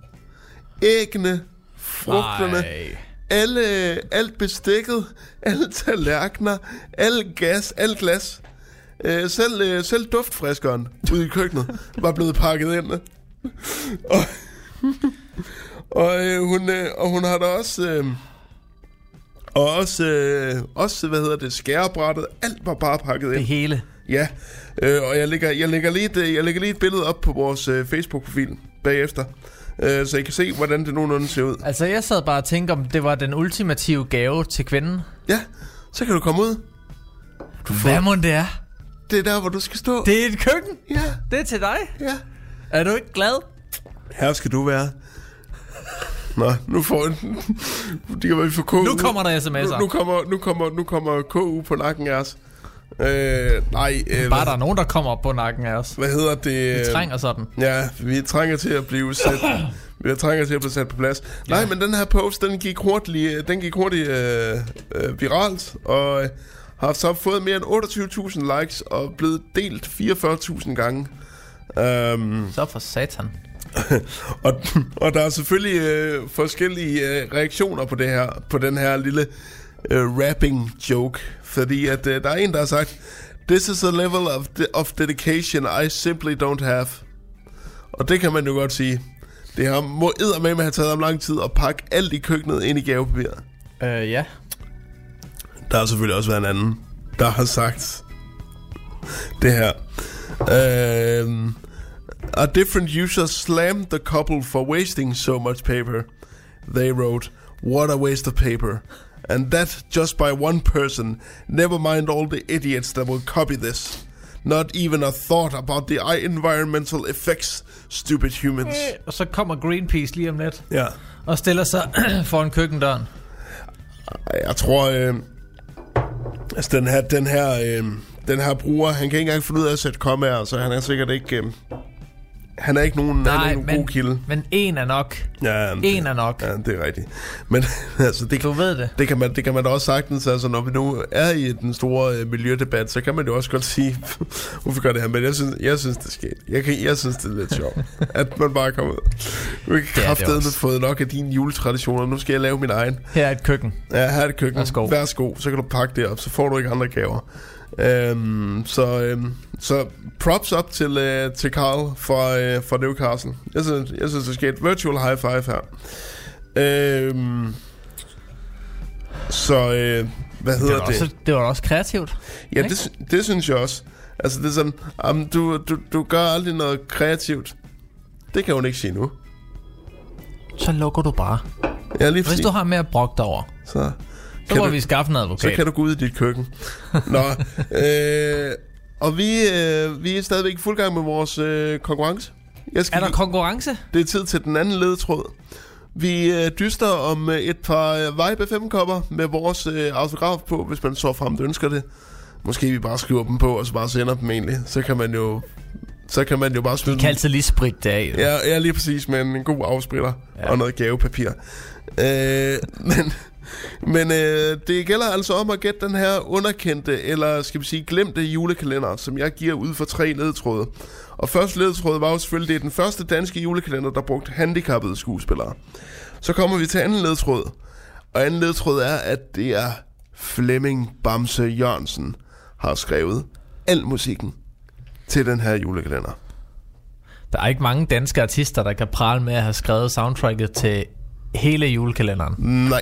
Æggene, frugterne, Ej. alle, alt bestikket, alle tallerkener, alt gas, alt glas. Øh, selv, øh, selv duftfriskeren ude i køkkenet var blevet pakket ind. og og, øh, hun, øh, og hun har da også... Øh, og også, øh, også, hvad hedder det, skærebrættet. Alt var bare pakket ind. Det hele. Ja, øh, og jeg lægger, jeg, lægger lige et, jeg lægger lige et billede op på vores øh, Facebook-profil bagefter, øh, så I kan se, hvordan det nogenlunde ser ud. Altså, jeg sad bare og tænkte, om det var den ultimative gave til kvinden. Ja, så kan du komme ud. Du Hvad må det er? Det er der, hvor du skal stå. Det er et køkken? Ja. Det er til dig? Ja. Er du ikke glad? Her skal du være. Nå, nu får en... Det kan være, vi får K U. Nu kommer der sms'er. Nu, nu, kommer, nu, kommer, nu kommer K U på nakken af os. Øh, nej. Øh, Bare der er nogen, der kommer op på nakken af os. Hvad hedder det? Vi trænger sådan. Ja, vi trænger til at blive sat. Vi trænger til at blive sat på plads. Ja. Nej, men den her post, den gik hurtigt, den gik hurtigt øh, øh, viralt, og øh, har så fået mere end otteogtyve tusind likes og blevet delt fireogfyrre tusind gange. Um, så for satan. og, og der er selvfølgelig øh, forskellige øh, reaktioner på det her, på den her lille øh, rapping joke, fordi at øh, der er en, der har sagt: "This is a level of de- of dedication I simply don't have." Og det kan man jo godt sige. Det har må eddermame have taget om lang tid at pakke alt i køkkenet ind i gavepapir. Øh, ja. Der har selvfølgelig også været en anden, der har sagt det her. Øh, A different user slammed the couple for wasting so much paper. They wrote, "What a waste of paper. And that just by one person. Never mind all the idiots that will copy this. Not even a thought about the environmental effects, stupid humans." Øh, og så kommer Greenpeace lige om lidt. Ja. Og stiller sig foran køkkendøren. Jeg tror, øh, altså den her, den her, øh, den her bruger, han kan ikke engang finde ud af at sætte kommaer, så han er sikkert ikke... Øh, Han er ikke nogen, Nej, han er ikke nogen men, god kilde. Men en er nok. Ja, en er nok. Ja, det er rigtigt. Men altså, det, du ved det. Det kan man, det kan man da også sagtens. Altså, når vi nu er i den store øh, miljødebat, så kan man jo også godt sige, hvorfor gør det her? Men jeg synes, jeg synes det er sket. Jeg, kan, jeg synes, det er lidt sjovt, at man bare kommer ud. Nu har kraftedeme fået nok af dine juletraditioner. Nu skal jeg lave min egen. Her er et køkken. Ja, her er et køkken. Værsgo. Værsgo. Så kan du pakke det op, så får du ikke andre gaver. Øhm, så, øhm, så props up til, øh, til Carl fra, øh, fra Newcastle. Jeg synes, jeg synes, det skal et virtual high five her. Øhm, så, øh, hvad hedder det? Var det? også, det var også kreativt. Ja, det, det synes jeg også. Altså, det er sådan, um, du, du, du gør aldrig noget kreativt. Det kan hun ikke sige nu. Så lukker du bare. Ja, lige Hvis du har mere brok derover, så, så må du, vi skaffe en advokat. Så kan du gå ud i dit køkken. Nå, øh, og vi, øh, vi er stadigvæk i fuld gang med vores øh, konkurrence. Jeg skal er der lige, konkurrence? Det er tid til den anden ledetråd. Vi øh, dyster om øh, et par øh, Vibe F M-kopper med vores øh, autograf på, hvis man så frem ønsker det. Måske vi bare skriver dem på, og så bare sender dem egentlig. Så kan man jo... Så kan man jo bare smide. De kan altid lige spritte det af. Ja, ja, lige præcis, med en, en god afspritter ja. Og noget gavepapir. Øh, men men øh, det gælder altså om at gætte den her underkendte, eller skal vi sige glemte julekalender, som jeg giver ud for tre ledetråde. Og første ledetråd var jo selvfølgelig, det er den første danske julekalender, der brugte handicappede skuespillere. Så kommer vi til anden ledetråd. Og anden ledetråd er, at det er Flemming Bamse Jørgensen har skrevet al musikken til den her julekalender. Der er ikke mange danske artister, der kan prale med at have skrevet soundtracket til hele julekalenderen. Nej.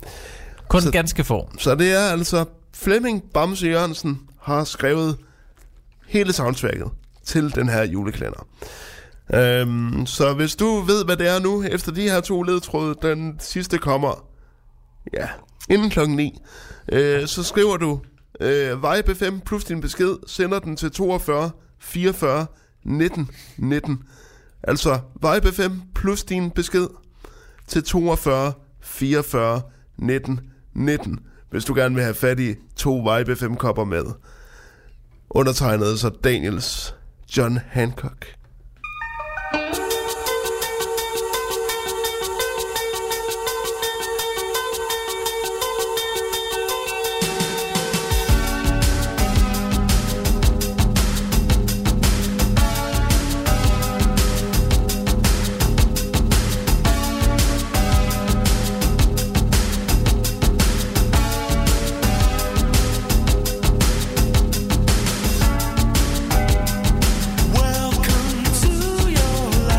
Kun så, ganske få. Så det er altså Flemming Bamse Jørgensen har skrevet hele soundtracket til den her julekalender. Øhm, så hvis du ved, hvad det er nu, efter de her to ledtråde, den sidste kommer, ja, inden klokken ni, øh, så skriver du øh, Vibe F M plus din besked, sender den til toogfyrre fireogfyrre nitten nitten. Altså Vibe F M plus din besked til toogfyrre fireogfyrre nitten nitten, hvis du gerne vil have fat i to Vibe F M-kopper med. Undertegnet så Daniels John Hancock. Welcome to your life.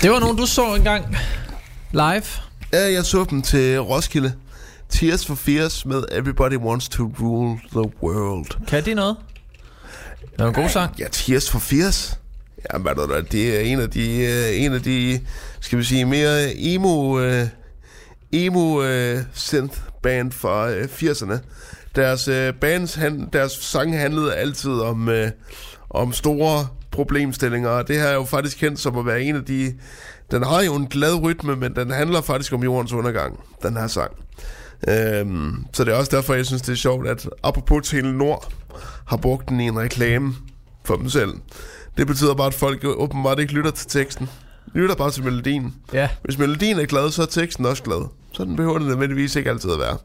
Det var nogen, du så engang live. Ja, jeg så dem til Roskilde. Tears for Fears med Everybody Wants to Rule the World. Kan de noget? Det er en god sang. Ja, Tears for Fears. Ja, men det er en af de, en af de, skal vi sige, mere emo, uh, emo uh, synth band fra uh, firserne. Deres uh, bands, han, deres sang handlede altid om, uh, om store problemstillinger, og det her er jo faktisk kendt som at være en af de. Den har jo en glad rytme, men den handler faktisk om jordens undergang, den her sang. Øhm, så det er også derfor, jeg synes, det er sjovt, at apropos Telenor har brugt den i en reklame for dem selv. Det betyder bare, at folk åbenbart ikke lytter til teksten. Lytter bare til melodien. Ja. Hvis melodien er glad, så er teksten også glad. Så den behøver den nødvendigvis ikke altid at være.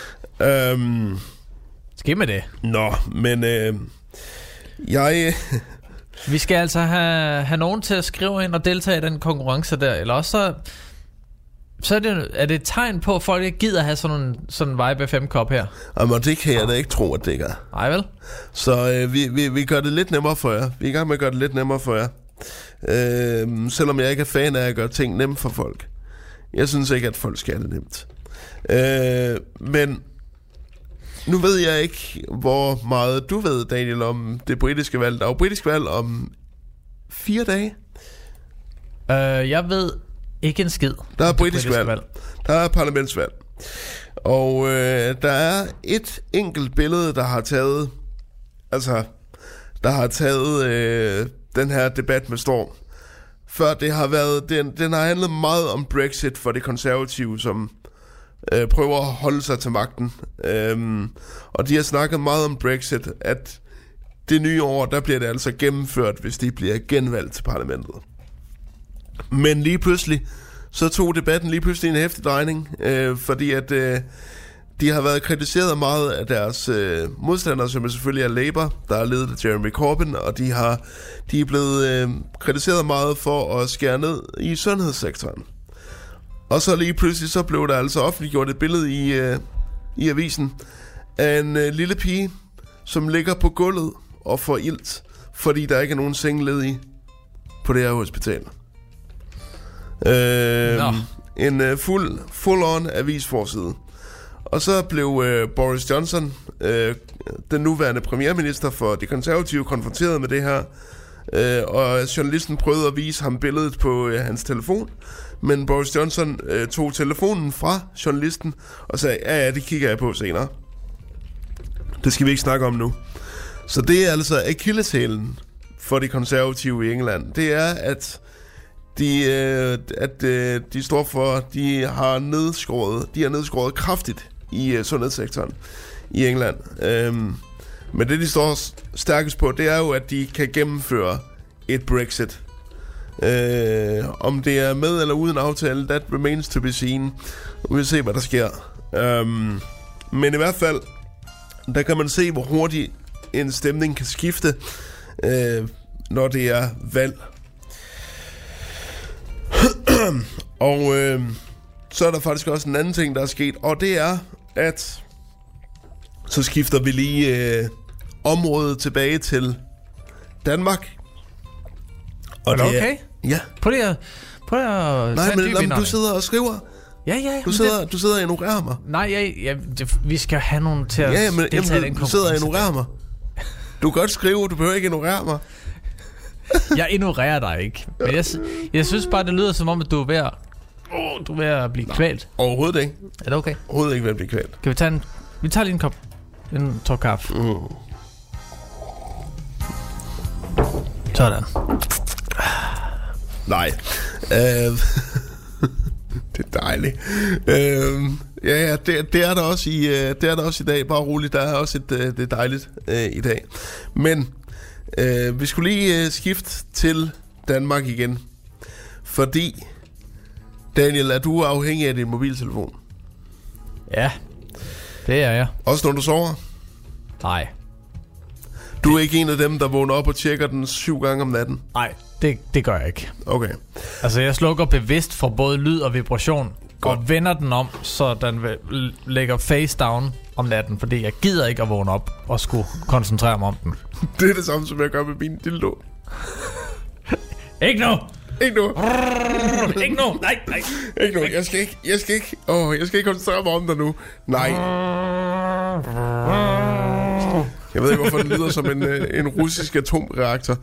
Øhm, Skal med det? Nå, men øh, jeg... Vi skal altså have, have nogen til at skrive ind og deltage i den konkurrence der. Eller også så, så er, det, er det et tegn på, at folk ikke gider have sådan en sådan Vibe F M-kop her. Jamen, det kan jeg da ikke tro, at det gør. Nej vel? Så øh, vi, vi, vi gør det lidt nemmere for jer. Vi er i gang med at gøre det lidt nemmere for jer. Øh, selvom jeg ikke er fan af at gøre ting nemt for folk. Jeg synes ikke, at folk skal have det nemt. Øh, men nu ved jeg ikke, hvor meget du ved, Daniel, om det britiske valg. Der er jo britisk valg om fire dage. Uh, jeg ved ikke en skid. Der er britisk valg. valg. Der er parlamentsvalg. Og øh, der er et enkelt billede, der har taget, altså, der har taget øh, den her debat med storm. Før det har været, den, den har handlet meget om Brexit for det konservative, som øh, prøver at holde sig til magten. Øhm, og de har snakket meget om Brexit, at det nye år, der bliver det altså gennemført, hvis de bliver genvalgt til parlamentet. Men lige pludselig, så tog debatten lige pludselig en heftig drejning, øh, fordi at øh, de har været kritiseret meget af deres øh, modstandere, som selvfølgelig er Labour, der er ledet af Jeremy Corbyn, og de har de er blevet øh, kritiseret meget for at skære ned i sundhedssektoren. Og så lige pludselig så blev der altså offentliggjort et billede i, øh, i avisen af en øh, lille pige, som ligger på gulvet og får ilt, fordi der ikke er nogen seng ledig på det her hospital. Øh, en øh, fuld full-on avisforside. Og så blev øh, Boris Johnson, øh, den nuværende premierminister for de konservative, konfronteret med det her. Øh, og journalisten prøvede at vise ham billedet på øh, hans telefon. Men Boris Johnson øh, tog telefonen fra journalisten og sagde, ja ja, det kigger jeg på senere. Det skal vi ikke snakke om nu. Så det er altså akilleshælen for de konservative i England. Det er, at de, øh, at øh, de står for, de har nedskåret, de har nedskåret kraftigt i øh, sundhedssektoren i England. Øhm, men det de står stærkest på, det er jo, at de kan gennemføre et Brexit. Øh, om det er med eller uden aftale, that remains to be seen. Vi vil se, hvad der sker. Øhm, men i hvert fald, der kan man se, hvor hurtigt en stemning kan skifte, øh, når det er valg. Og øh, så er der faktisk også en anden ting, der er sket, og det er, at så skifter vi lige øh, området tilbage til Danmark. Og er det okay? Er, ja. Prøv lige at, prøv lige at Nej, men lad, du sidder og skriver. Ja, ja. Du sidder, det... du sidder og ignorerer mig. Nej, ja, ja, det, vi skal have nogen til at ja, ja, men, deltage jamen, i den du sidder og ignorerer mig. Du kan godt skrive, du behøver ikke ignorere mig. Jeg ignorerer dig ikke. Men jeg, jeg synes bare, det lyder som om, at du er ved at, oh, du er ved at blive kvalt. Overhovedet ikke. Er det okay? Overhovedet ikke ved at blive kvalt. Kan vi tage en... Vi tager lige en kop. En tår kaffe. Mm. Sådan. Nej. Uh, det er dejligt. Uh, ja, ja, det, det er der også i, uh, det er der også i dag. Bare roligt, der er også et, uh, det er dejligt uh, i dag. Men uh, vi skulle lige uh, skifte til Danmark igen. Fordi, Daniel, er du afhængig af din mobiltelefon? Ja, det er jeg. Også når du sover? Nej. Du er ikke en af dem, der vågner op og tjekker den syv gange om natten? Nej, det, det gør jeg ikke. Okay. Altså, jeg slukker bevidst for både lyd og vibration. Godt. Og vender den om, så den lægger face down om natten. Fordi jeg gider ikke at vågne op og skulle koncentrere mig om den. Det er det samme, som jeg gør med min dildo. Ikke nu! Ikke nu. Ikke nu. Nej, nej. Ikke nu. Jeg skal ikke, jeg skal ikke, åh, jeg skal ikke koncentrere mig om dig nu. Nej. Jeg ved ikke, hvorfor den lyder som en, en russisk atomreaktor.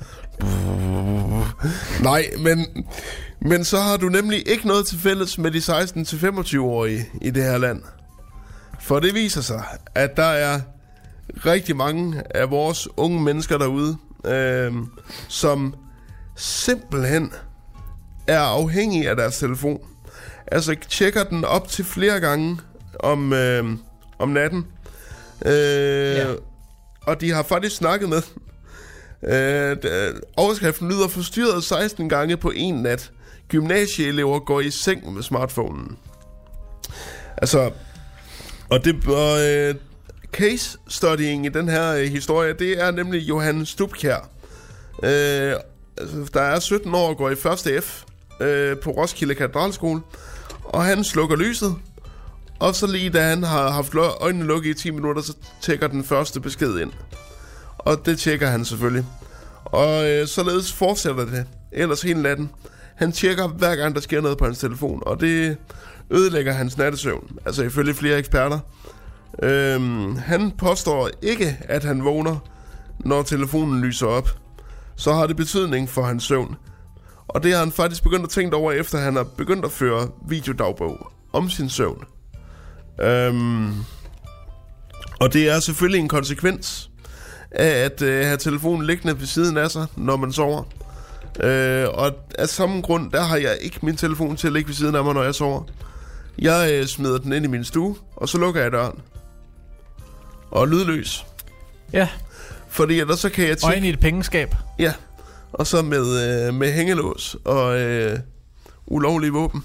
Nej, men, men så har du nemlig ikke noget til fælles med de seksten til femogtyve-årige i det her land. For det viser sig, at der er rigtig mange af vores unge mennesker derude, øh, som simpelthen er afhængige af deres telefon. Altså tjekker den op til flere gange om, øh, om natten. Øh, ja. Og de har faktisk snakket med øh, overskriften lyder forstyrret seksten gange på en nat. Gymnasieelever går i seng med smartphonen. Altså, og det og, øh, case studying i den her øh, historie, det er nemlig Johan Stubkjær. Øh, altså, der er sytten år og går i første F øh, på Roskilde Katedralskole, og han slukker lyset. Og så lige da han har haft øjnene lukket i ti minutter, så tjekker den første besked ind. Og det tjekker han selvfølgelig. Og øh, således fortsætter det ellers hele natten. Han tjekker hver gang der sker noget på hans telefon, og det ødelægger hans nattesøvn. Altså ifølge flere eksperter. Øhm, han påstår ikke, at han vågner, når telefonen lyser op. Så har det betydning for hans søvn. Og det har han faktisk begyndt at tænke over, efter han har begyndt at føre videodagbog om sin søvn. Øhm, og det er selvfølgelig en konsekvens af at øh, have telefonen liggende ved siden af sig, når man sover. øh, Og af samme grund, der har jeg ikke min telefon til at ligge ved siden af mig, når jeg sover. Jeg øh, smider den ind i min stue, og så lukker jeg døren. Og lydløs. Ja. Fordi ellers så kan jeg tjekke. Og ind i et pengeskab. Ja. Og så med, øh, med hængelås og øh, ulovlige våben.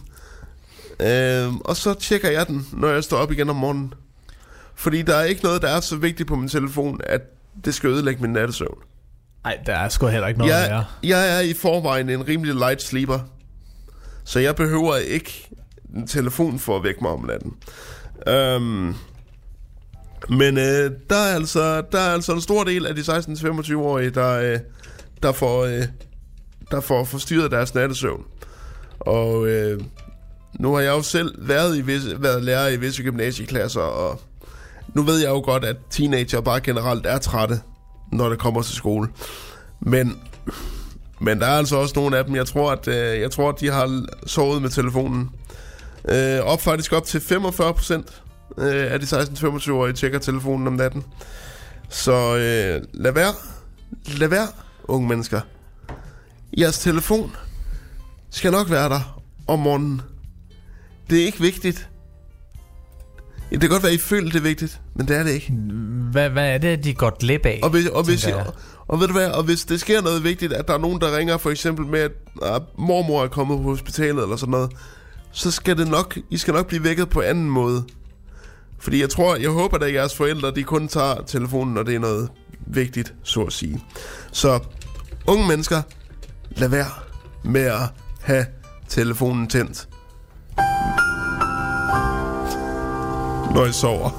Øh, og så tjekker jeg den, når jeg står op igen om morgenen. Fordi der er ikke noget, der er så vigtigt på min telefon, at det skal ødelægge min nattesøvn. Nej, der er sgu heller ikke noget jeg, værre. Jeg er i forvejen en rimelig light sleeper. Så jeg behøver ikke en telefon for at vække mig om natten. Øhm, men øh, der, er altså, der er altså en stor del af de seksten til femogtyve-årige, der, øh, der, får, øh, der får forstyrret deres nattesøvn. Og øh, nu har jeg jo selv været, i visse, været lærer i visse gymnasieklasser, og nu ved jeg jo godt, at teenager bare generelt er trætte, når det kommer til skole. Men, men der er altså også nogle af dem, jeg tror, at, øh, jeg tror, at de har sovet med telefonen. Øh, op faktisk op til femogfyrre procent øh, af de seksten til femogtyve-årige tjekker telefonen om natten. Så øh, lad være, lad være, unge mennesker. Jeres telefon skal nok være der om morgenen. Det er ikke vigtigt. Det kan godt være, at I føler, det er vigtigt, men det er det ikke. Hvad, hvad er det, de går glip af? Og hvis, og, hvis, jeg. og, og ved du hvad, og hvis det sker noget vigtigt, at der er nogen, der ringer for eksempel med, at uh, mormor er kommet på hospitalet eller sådan noget, så skal det nok, I skal nok blive vækket på anden måde. Fordi jeg tror, jeg håber, at jeres forældre, de kun tager telefonen, når det er noget vigtigt, så at sige. Så unge mennesker, lad være med at have telefonen tændt, når I sover.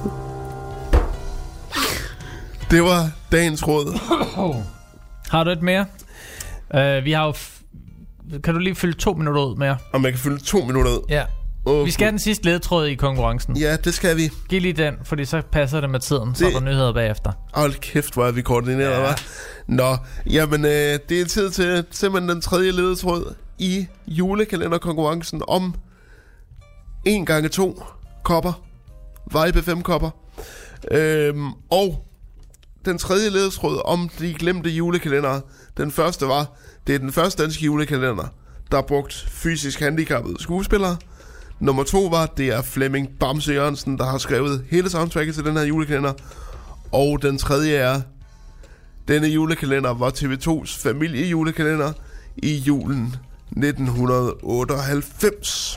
Det var dagens råd. Har du et mere? Uh, vi har jo f- kan du lige fylde to minutter ud mere? Og man kan fylde to minutter ud. Ja. Oh, Vi skal have den sidste ledetråd i konkurrencen. Ja, det skal vi. Giv lige den, fordi så passer det med tiden. Det... Så er der nyheder bagefter. Hold kæft, hvor er vi koordineret, ja. Hva'? Nå, jamen øh, det er tid til simpelthen den tredje ledetråd i julekalenderkonkurrencen om en gange to kopper. Vibe fem kopper. Øhm, og den tredje ledetråd om de glemte julekalendere. Den første var, det er den første danske julekalender, der har brugt fysisk handicappede skuespillere. Nummer to var, det er Flemming Bamse Jørgensen, der har skrevet hele soundtracket til den her julekalender. Og den tredje er, denne julekalender var T V to's familiejulekalender i julen nitten otteoghalvfems.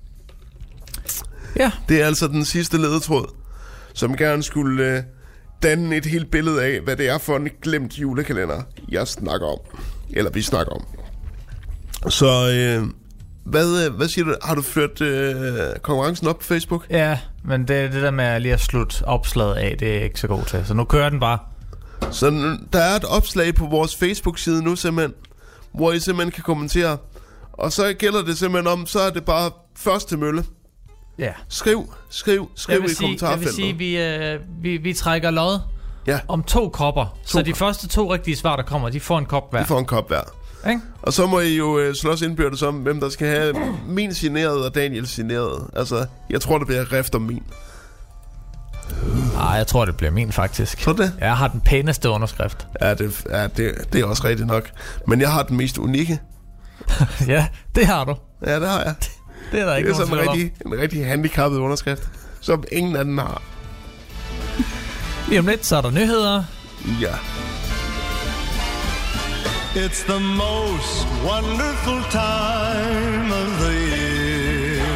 Ja. Det er altså den sidste ledetråd, som gerne skulle øh, danne et helt billede af, hvad det er for en glemt julekalender, jeg snakker om. Eller vi snakker om. Så øh, hvad, hvad siger du? Har du ført øh, konkurrencen op på Facebook? Ja, men det, det der med lige at slutte opslaget af, det er jeg ikke så god til. Så nu kører den bare. Så der er et opslag på vores Facebook-side nu simpelthen, hvor I simpelthen kan kommentere, Og så gælder det simpelthen om, så er det bare første mølle. Ja. Skriv, skriv, skriv i sige, kommentarfeltet. Jeg vil sige, vi, øh, vi, vi trækker lod ja. om to kopper. To så de kopper. første to rigtige svar, der kommer, de får en kop hver. De får en kop hver. Okay. Og så må I jo øh, slås indbyrdes om, hvem der skal have min signerede og Daniels signerede. Altså, jeg tror, det bliver rift om min. Nej, jeg tror, det bliver min faktisk. Så det? Jeg har den pæneste underskrift. Ja, det, ja det, det er også rigtigt nok. Men jeg har den mest unikke. Ja, det har du. Ja, det har jeg. Det er der ikke det er sådan en nogen rigtig, en rigtig handicappet underskrift, som ingen anden har. Lige om lidt, så er der nyheder. Ja. It's the most wonderful time of the year,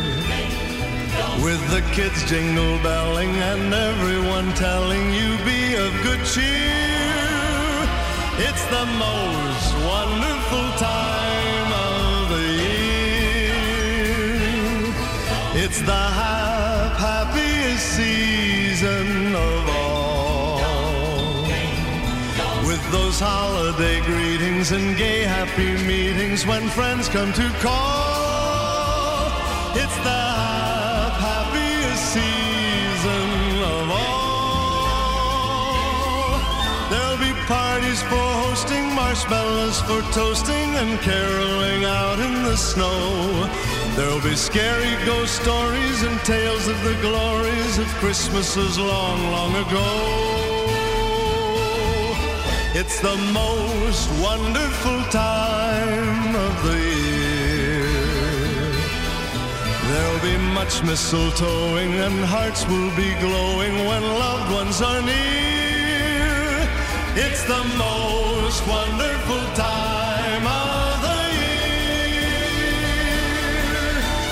with the kids jingle belling and everyone telling you be of good cheer. It's the most wonderful time of the year. It's the hap- happiest season of all, with those holiday greetings and gay happy meetings when friends come to call. It's the hap- happiest season of all. There'll be parties for hosting, marshmallows for toasting, and caroling out in the snow. There'll be scary ghost stories and tales of the glories of Christmases long, long ago. It's the most wonderful time of the year. There'll be much mistletoeing and hearts will be glowing when loved ones are near. It's the most wonderful time of the year.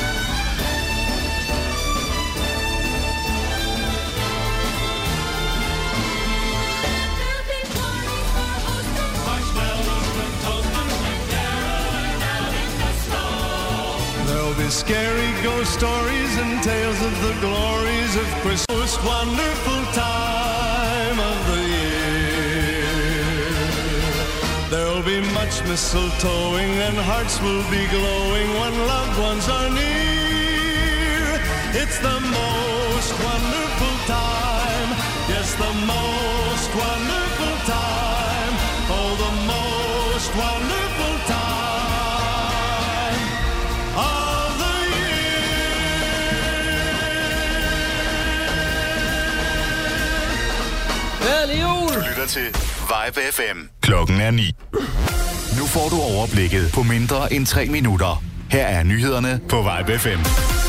There'll be scary ghost stories and tales of the glories of Christmas. Most wonderful time of the year. There'll be much mistletoeing and hearts will be glowing when loved ones are near. It's the most wonderful time. Yes, the most wonderful time. Oh, the most wonderful time of the year. Glædelig jul! Du lytter til Vibe F M. Klokken er ni. Nu får du overblikket på mindre end tre minutter. Her er nyhederne på Vibe F M.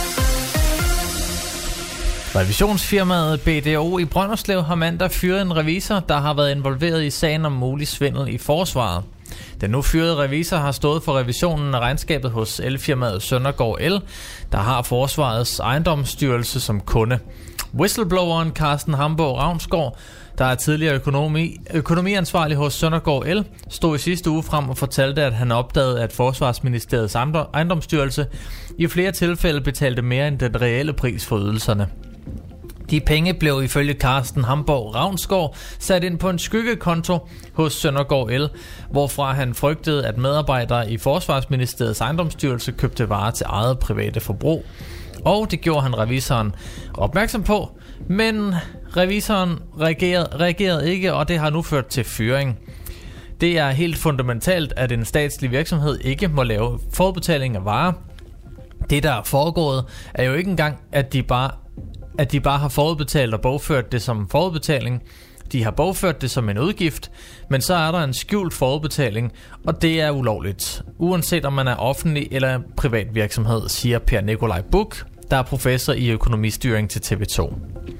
Revisionsfirmaet B D O i Brønderslev har mandag fyret en revisor, der har været involveret i sagen om mulig svindel i forsvaret. Den nu fyrede revisor har stået for revisionen af regnskabet hos elfirmaet Søndergaard El, der har Forsvarets ejendomsstyrelse som kunde. Whistlebloweren Carsten Hamborg Ravnsgaard, der er tidligere økonomi, økonomiansvarlig hos Søndergaard El, stod i sidste uge frem og fortalte, at han opdagede, at Forsvarsministeriets ejendomsstyrelse i flere tilfælde betalte mere end den reelle pris for ydelserne. De penge blev ifølge Carsten Hamborg Ravnsgaard sat ind på en skyggekonto hos Søndergaard El, hvorfra han frygtede, at medarbejdere i Forsvarsministeriets ejendomsstyrelse købte varer til eget private forbrug. Og det gjorde han revisoren opmærksom på, men revisoren reagerede, reagerede ikke, og det har nu ført til fyring. Det er helt fundamentalt, at en statslig virksomhed ikke må lave forudbetaling af varer. Det, der er foregået, er jo ikke engang, at de bare, at de bare har forudbetalt og bogført det som forudbetaling. De har bogført det som en udgift, men så er der en skjult forudbetaling, og det er ulovligt. Uanset om man er offentlig eller privat virksomhed, siger Per Nikolaj Buch, der er professor i økonomistyring til T V to.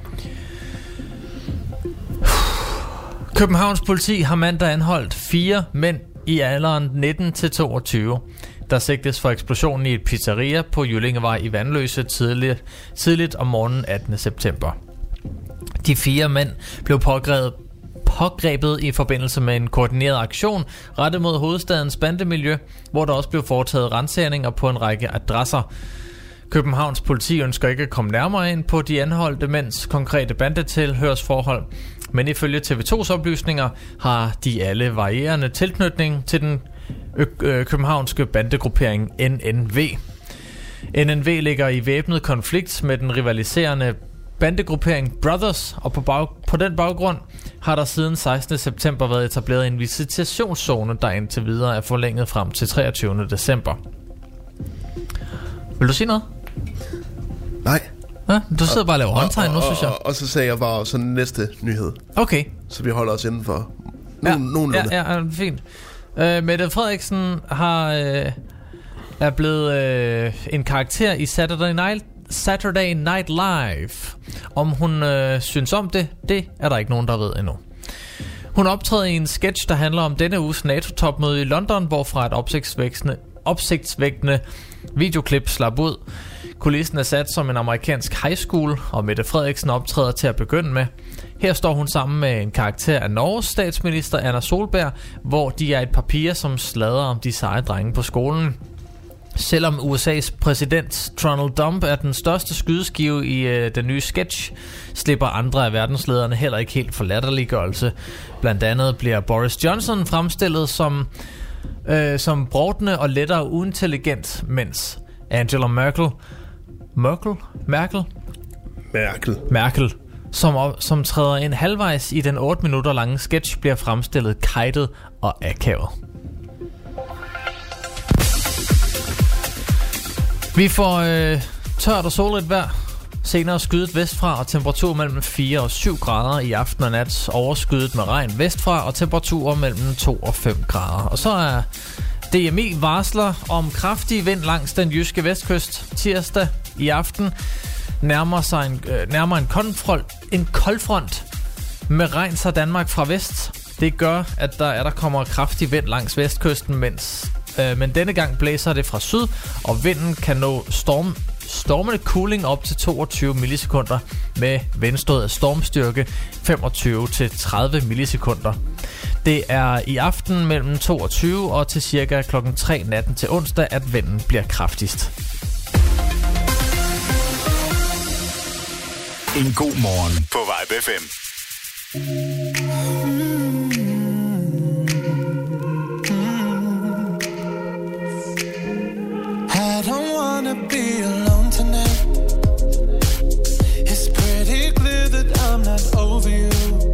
Københavns politi har mandag anholdt fire mænd i alderen nitten til toogtyve, der sigtes for eksplosionen i et pizzeria på Jyllingevej i Vandløse tidligt, tidligt om morgenen attende september. De fire mænd blev pågrebet, pågrebet i forbindelse med en koordineret aktion rettet mod hovedstadens bandemiljø, hvor der også blev foretaget ransagninger på en række adresser. Københavns politi ønsker ikke at komme nærmere ind på de anholdte mænds konkrete bandetilhørsforhold, men ifølge T V tos oplysninger har de alle varierende tilknytning til den ø- ø- københavnske bandegruppering N N V. N N V ligger i væbnet konflikt med den rivaliserende bandegruppering Brothers, og på, bag- på den baggrund har der siden sekstende september været etableret en visitationszone, der indtil videre er forlænget frem til treogtyvende december. Vil du sige noget? Nej. Ja, du sidder bare og laver håndtegn nu, og, synes jeg. Og, og så sagde jeg bare sådan næste nyhed. Okay. Så vi holder os inden for Ja, nogen, nogenlunde. ja, ja, fint. Uh, Mette Frederiksen har, uh, er blevet uh, en karakter i Saturday Night, Saturday Night Live. Om hun uh, synes om det, det er der ikke nogen, der ved endnu. Hun optræder i en sketch, der handler om denne uges NATO-topmøde i London, hvorfra et opsigtsvækkende, opsigtsvækkende videoklip slap ud. Kulissen er sat som en amerikansk high school, og Mette Frederiksen optræder til at begynde med. Her står hun sammen med en karakter af Norges statsminister Erna Solberg, hvor de er et par piger, som sladrer om de seje drenge på skolen. Selvom U S A's præsident Donald Trump er den største skydeskive i øh, den nye sketch, slipper andre af verdenslederne heller ikke helt for latterliggørelse. Blandt andet bliver Boris Johnson fremstillet som, øh, som brodne og lettere uintelligent, mens Angela Merkel Merkel? Merkel? Merkel. Merkel, som, som træder ind halvvejs i den otte minutter lange sketch, bliver fremstillet kejtet og akavet. Vi får øh, tørt og solrigt vejr. Senere skydet vestfra og temperatur mellem fire og syv grader. I aften og nat overskydet med regn vestfra og temperaturer mellem to og fem grader. Og så er D M I varsler om kraftig vind langs den jyske vestkyst tirsdag i aften. Nærmer sig en, øh, nærmer en, koldfront, en koldfront med regn sig Danmark fra vest. Det gør, at der, at der kommer kraftig vind langs vestkysten, mens, øh, men denne gang blæser det fra syd, og vinden kan nå storm, stormende cooling op til toogtyve millisekunder med vindstød af stormstyrke femogtyve til tredive millisekunder. Det er i aften mellem toogtyve og til cirka klokken tre natten til onsdag, at vinden bliver kraftigst. En god morgen på Vibe F M. I don't wanna be alone tonight. It's pretty clear that I'm not over you.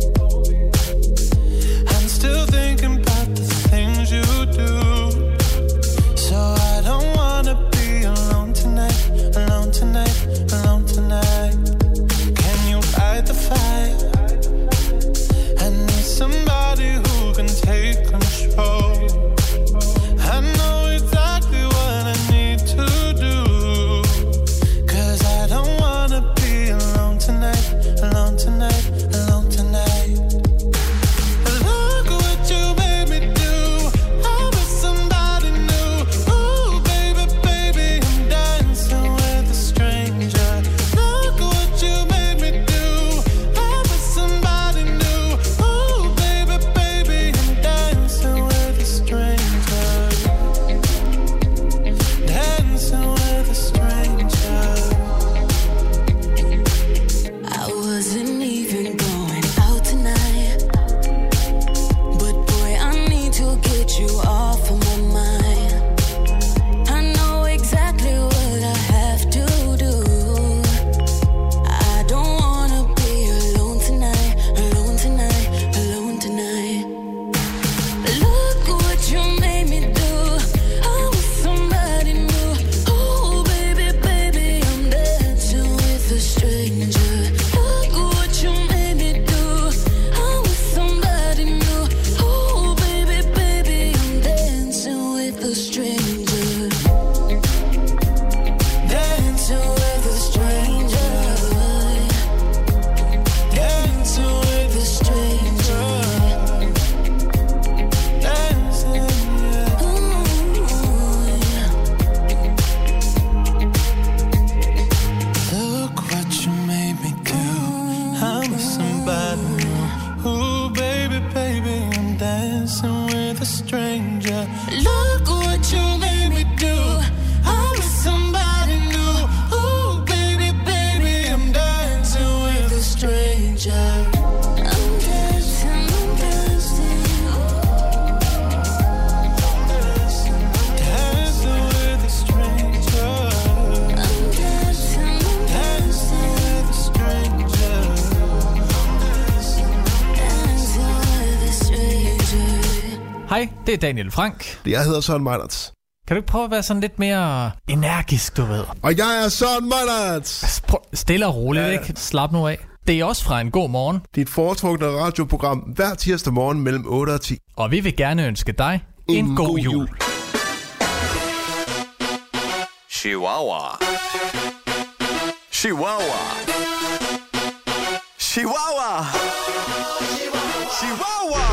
I'm still thinking about the things you do. So I don't wanna be alone tonight, alone tonight, alone tonight. Can you fight the fight? I need somebody who can take control. I know exactly what I need to do, 'cause I don't wanna be alone tonight, alone tonight, alone tonight. Look what you made me do. I was somebody new. Ooh, baby, baby, I'm dancing with a stranger. Look what you made me do. I was somebody new. Ooh, baby, baby, I'm dancing with a stranger. Dancing with a stranger. I wasn't even going out tonight, but boy, I need to get you off of my mind. I know exactly what I have to do. I don't wanna be alone tonight, alone tonight, alone tonight. Look what you made me do. I was somebody new. Oh, baby, baby, I'm dancing with a stranger. Look what you made me do. I was somebody new. Oh, baby, baby, I'm dancing with a stranger. Dancing with a stranger. Dancing with a stranger. Dancing, yeah. Ooh, yeah. Look what you made me do. I'm with somebody new. Ooh, baby, baby, I'm dancing with a stranger. Look what you made me do. I'm with somebody new. Ooh, baby, baby, I'm dancing with a stranger. I'm dancing, I'm dancing. Hej, det er Daniel Frank. Jeg hedder Søren Meinerts. Kan du ikke prøve at være sådan lidt mere energisk, du ved? Og jeg er Søren Meinerts. Stille og roligt, ja. Ikke? Slap nu af. Det er også fra En God Morgen. Dit foretrukne radioprogram hver tirsdag morgen mellem otte og ti. Og vi vil gerne ønske dig en, en god, god jul. jul. Chihuahua. Chihuahua. Chihuahua. Chihuahua.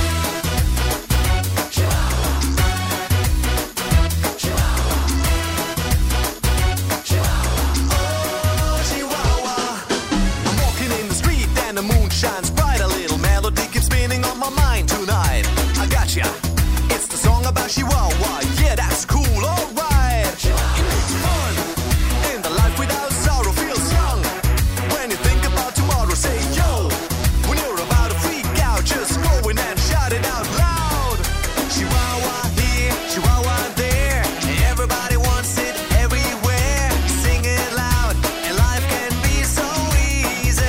Shines bright, a little melody keeps spinning on my mind tonight. I gotcha, it's the song about Chihuahua. Yeah, that's cool, alright. It's fun, in the life without sorrow feels young. When you think about tomorrow, say yo. When you're about to freak out, just go in and shout it out loud. Chihuahua here, Chihuahua there. Everybody wants it everywhere. Sing it loud, and life can be so easy.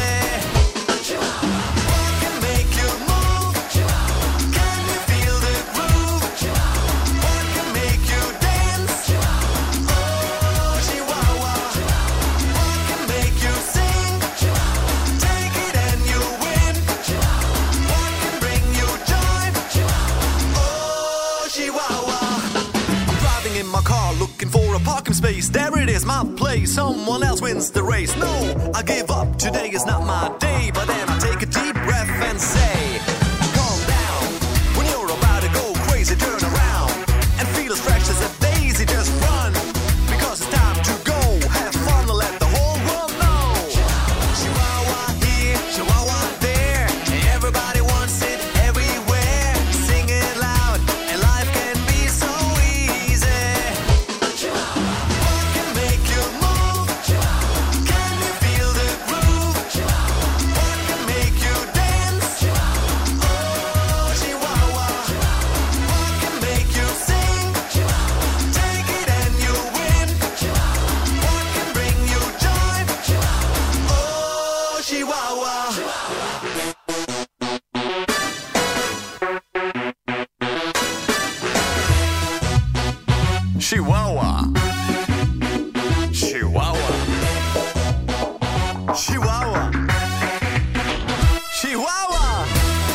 Parking space, there it is, my place. Someone else wins the race. No, I give up. Today is not my day. But then I take a deep breath and say, calm down. When you're about to go crazy, turn around and feel as fresh as a daisy. Just run, because it's time to go. Have fun and let the whole world know. Chihuahua here, Chihuahua there. Everybody wants it everywhere. Sing it loud, and life can be so easy. Chihuahua. Chihuahua. Chihuahua. Chihuahua.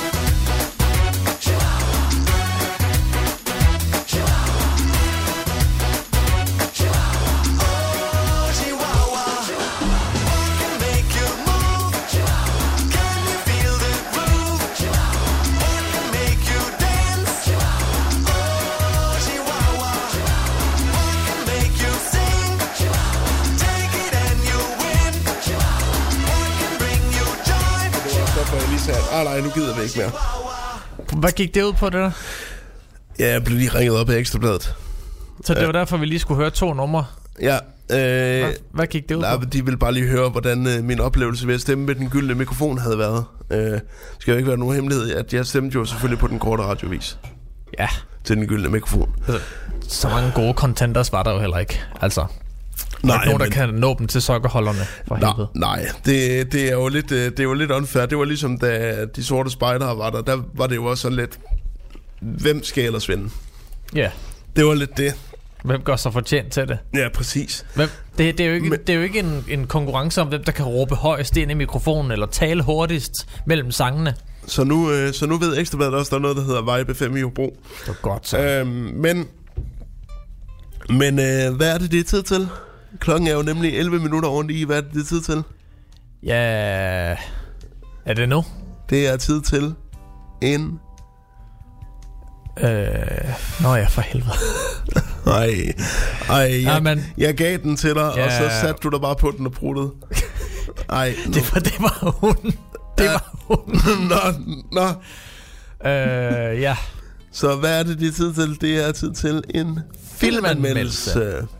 Ah, nej, nu gider vi ikke mere. Hvad gik det ud på, det der? Ja, jeg blev lige ringet op af Ekstrabladet. Så det var derfor, vi lige skulle høre to numre? Ja. Øh, hvad, hvad gik det ud nej, på? De ville bare lige høre, hvordan øh, min oplevelse ved at stemme med den gyldne mikrofon havde været. Øh, skal jo ikke være nogen hemmelighed, at jeg stemte jo selvfølgelig på den korte radiovis. Ja. Til den gyldne mikrofon. Altså, så mange gode contenders var der jo heller ikke. Altså... Der er ikke nogen, der men... kan nå dem til sokkerholderne for nej, helvede. Nej, det, det, er jo lidt, det er jo lidt unfair. Det var ligesom, da de sorte spejdere var der. Der var det jo også sådan lidt, hvem skal ellers vinde? Ja. Yeah. Det var lidt det. Hvem gør sig fortjent til det? Ja, præcis. Hvem, det, det er jo ikke, men... det er jo ikke en, en konkurrence om, hvem der kan råbe højst ind i mikrofonen, eller tale hurtigst mellem sangene. Så nu, øh, så nu ved Ekstrabladet også, der er noget, der hedder Vibe F M i Hobro. Det er godt så. Øhm, men, men øh, hvad er det, det er tid til? Klokken er jo nemlig elleve minutter over ni. Hvad er det, det er tid til? Ja... Er det nu? Det er tid til en... Øh... Nå ja, for helvede. Ej, ej jeg, ja, men... jeg gav den til dig, ja. Og så satte du dig bare på den og pruttede. Ej, det var, det var hunden. Det ja. var hunden. Nå, nå. Øh, ja. Så hvad er det, det er tid til? Det er tid til en filmanmeldelse.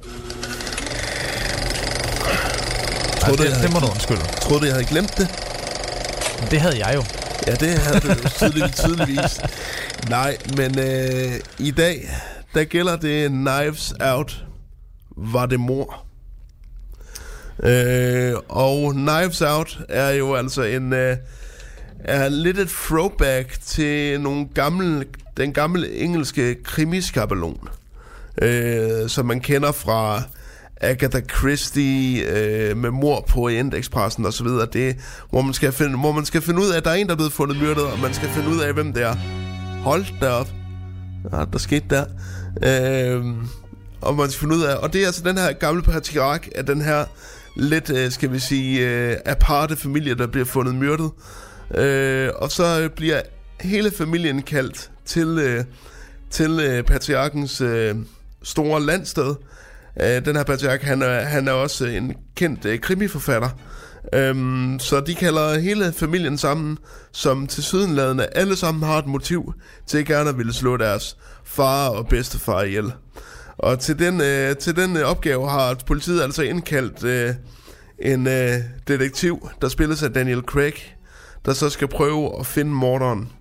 Ja, det, det må du undskylde. Troede du, jeg havde glemt det? Det havde jeg jo. Ja, det havde du tydeligt, tydeligvis. Nej, men øh, i dag, der gælder det Knives Out. Var det mor? Øh, og Knives Out er jo altså en, øh, er lidt et throwback til nogle gamle, den gamle engelske krimiskabelon, øh, som man kender fra Agatha Christie øh, med mord på Orientekspressen og så videre. Det, hvor man skal finde, hvor man skal finde ud af, at der er en, der er blevet fundet myrdet, og man skal finde ud af, hvem det er. Hold da op. Ja, der skete der. Øh, og man skal finde ud af, og det er altså den her gamle patriark af den her lidt, øh, skal vi sige, øh, aparte familie, der bliver fundet myrdet. Øh, og så bliver hele familien kaldt til, øh, til øh, patriarkens øh, store landsted. Øh, den her patriark, han er, han er også en kendt øh, krimiforfatter. Øhm, så de kalder hele familien sammen, som tilsyneladende alle sammen har et motiv til gerne at ville slå deres far og bedstefar ihjel. Og til den, øh, til den øh, opgave har politiet altså indkaldt øh, en øh, detektiv, der spilles af Daniel Craig, der så skal prøve at finde morderen,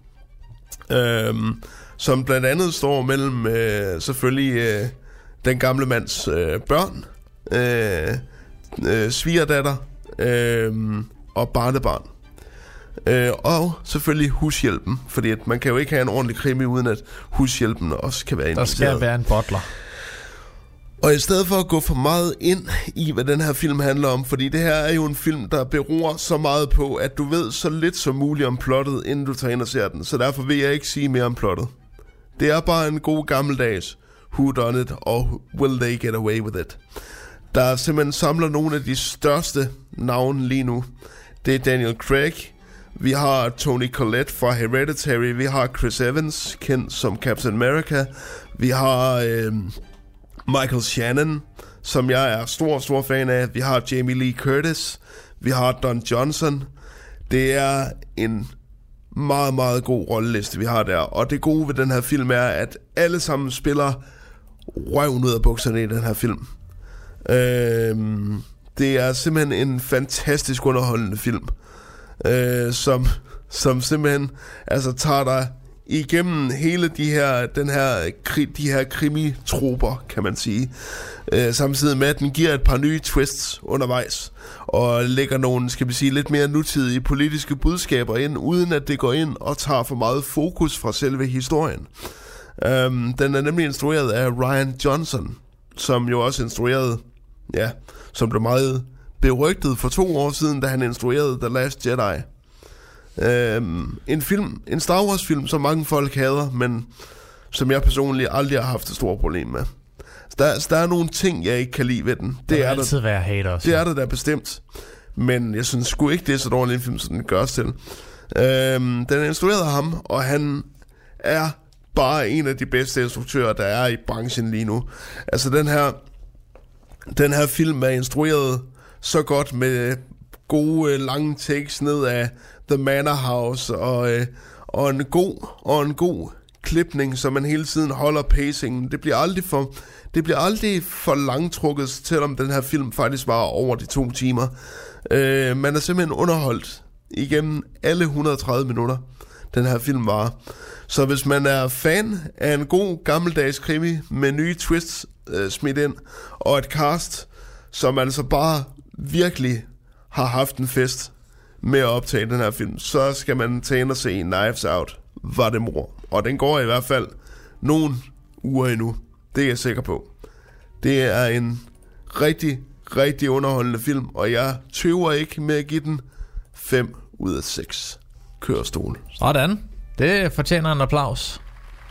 øhm, som blandt andet står mellem øh, selvfølgelig øh, den gamle mands øh, børn, øh, øh, svigerdatter øh, og barnebarn. Øh, og selvfølgelig hushjælpen, fordi at man kan jo ikke have en ordentlig krimi, uden at hushjælpen også kan være inviteret. Der skal være en butler. Og i stedet for at gå for meget ind i, hvad den her film handler om, fordi det her er jo en film, der beror så meget på, at du ved så lidt som muligt om plottet, inden du tager ind og ser den. Så derfor vil jeg ikke sige mere om plottet. Det er bare en god gammeldags who done it, og will they get away with it. Der simpelthen samler nogle af de største navne lige nu. Det er Daniel Craig, vi har Toni Collette fra Hereditary, vi har Chris Evans, kendt som Captain America, vi har øh, Michael Shannon, som jeg er stor, stor fan af, vi har Jamie Lee Curtis, vi har Don Johnson. Det er en meget, meget god rolleliste, vi har der. Og det gode ved den her film er, at alle sammen spiller røven ud af bukserne i den her film. Øhm, det er simpelthen en fantastisk underholdende film, øh, som, som simpelthen altså tager dig igennem hele de her, den her, de her krimitroper, kan man sige. Øh, samtidig med, at den giver et par nye twists undervejs, og lægger nogle, skal vi sige, lidt mere nutidige politiske budskaber ind, uden at det går ind og tager for meget fokus fra selve historien. Um, den er nemlig instrueret af Rian Johnson, som jo også instruerede, ja, som blev meget berygtet for to år siden, da han instruerede The Last Jedi. Um, en film, en Star Wars film, som mange folk hader, men som jeg personligt aldrig har haft et stort problem med. Så der, så der er nogle ting, jeg ikke kan lide ved den. Det, det er altid der, være hater også. Det er der da bestemt. Men jeg synes sgu ikke, det er så dårlig en film, som den gørs til. Um, den er instrueret af ham, og han er bare en af de bedste instruktører, der er i branchen lige nu. Altså den her den her film er instrueret så godt med gode lange takes ned af The Manor House og, og en god og en god klipning, så man hele tiden holder pacingen. Det bliver aldrig for det bliver aldrig for langtrukket, selvom den her film faktisk var over de to timer. Uh, man er simpelthen underholdt igennem alle et hundrede og tredive minutter, den her film var. Så hvis man er fan af en god gammeldags krimi med nye twists øh, smidt ind, og et cast, som altså bare virkelig har haft en fest med at optage den her film, så skal man tage ind og se Knives Out. Var det mor. Og den går i hvert fald nogle uger endnu. Det er jeg sikker på. Det er en rigtig, rigtig underholdende film, og jeg tøver ikke med at give den fem ud af seks kørestol. Sådan. Det fortjener en applaus.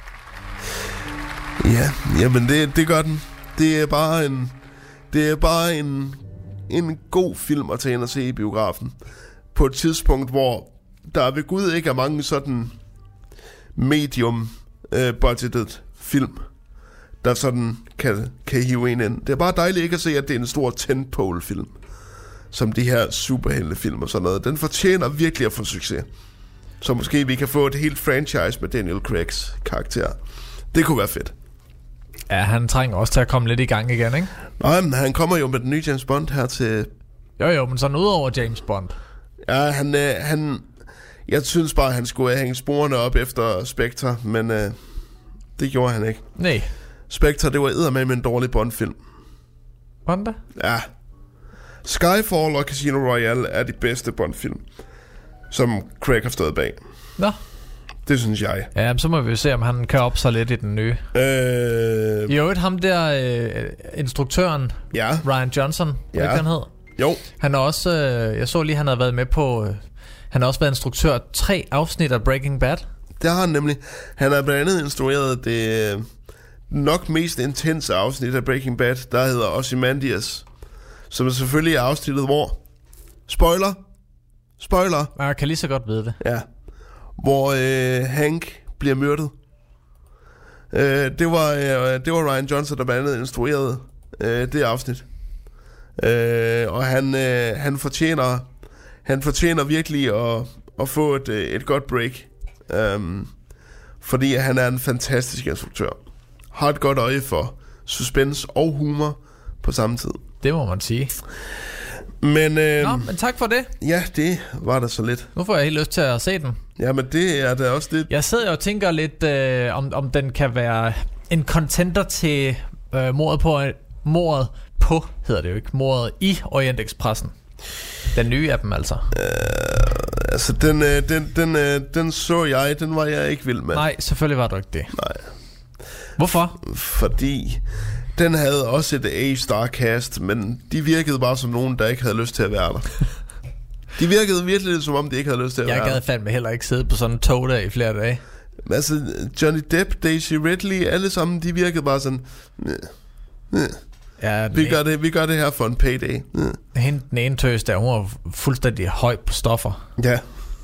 Ja, jamen det, det gør den. Det er bare en Det er bare en En god film at tage ind og se i biografen, på et tidspunkt, hvor der ved Gud ikke er mange sådan medium uh, budgeted film, der sådan kan, kan hive en ind. Det er bare dejligt ikke at se, at det er en stor tentpole film, som de her superheltefilm og sådan noget. Den fortjener virkelig at få succes. Så måske vi kan få et helt franchise med Daniel Craigs karakter. Det kunne være fedt. Ja, han trænger også til at komme lidt i gang igen, ikke? Nej, men han kommer jo med den nye James Bond her til... Jo jo, men sådan ud over James Bond. Ja, han... Øh, han jeg synes bare, han skulle hænge sporene op efter Spectre, men øh, det gjorde han ikke. Nej. Spectre, det var eddermame en dårlig Bond-film. Bond da? Ja. Skyfall og Casino Royale er de bedste Bond-film. som Craig har stået bag. Nå. Det synes jeg. Ja, så må vi jo se, om han kan op sig lidt i den nye. Øh... I øvrigt ham der, øh, instruktøren, Ja. Ryan Johnson, hvad Ja. han hed? Jo. Han er også, øh, jeg så lige, han havde været med på, øh, han har også været instruktør af tre afsnit af Breaking Bad. Det har han nemlig. Han har blandt andet instrueret det øh, nok mest intense afsnit af Breaking Bad, der hedder Ozymandias, som er selvfølgelig er afsnittet, hvor... Spoiler! Spoiler! Jeg kan lige så godt vide det. Ja. Hvor øh, Hank bliver myrdet. Øh, det, var, øh, det var Ryan Johnson, der blandt andet instruerede øh, det afsnit. Øh, og han, øh, han fortjener han fortjener virkelig at, at få et, et godt break. Um, fordi han er en fantastisk instruktør. Har et godt øje for suspense og humor på samme tid. Det må man sige. Men, øh, Nå, men tak for det. Ja, det var der så lidt. Nu får jeg helt lyst til at se den. Ja, men det er da også lidt. Jeg sidder og tænker lidt, øh, om, om den kan være en contender til øh, mordet på, mordet på, hedder det jo ikke, mordet i Orientekspressen. Den nye af dem altså. Øh, altså, den, øh, den, den, øh, den så jeg, den var jeg ikke vild med. Nej, selvfølgelig var du ikke det. Nej. Hvorfor? Fordi den havde også et A-star cast, men de virkede bare som nogen, der ikke havde lyst til at være der. De virkede virkelig lidt, som om de ikke havde lyst til at Jeg være der. gad fandme heller ikke sidde på sådan en tog der i flere dage. Altså, Johnny Depp, Daisy Ridley, alle sammen, de virkede bare sådan... Øh, øh. Ja, Vi gør, det, vi gør det her for en payday. Øh. Hende, den ene tøs der, hun var fuldstændig høj på stoffer. Ja.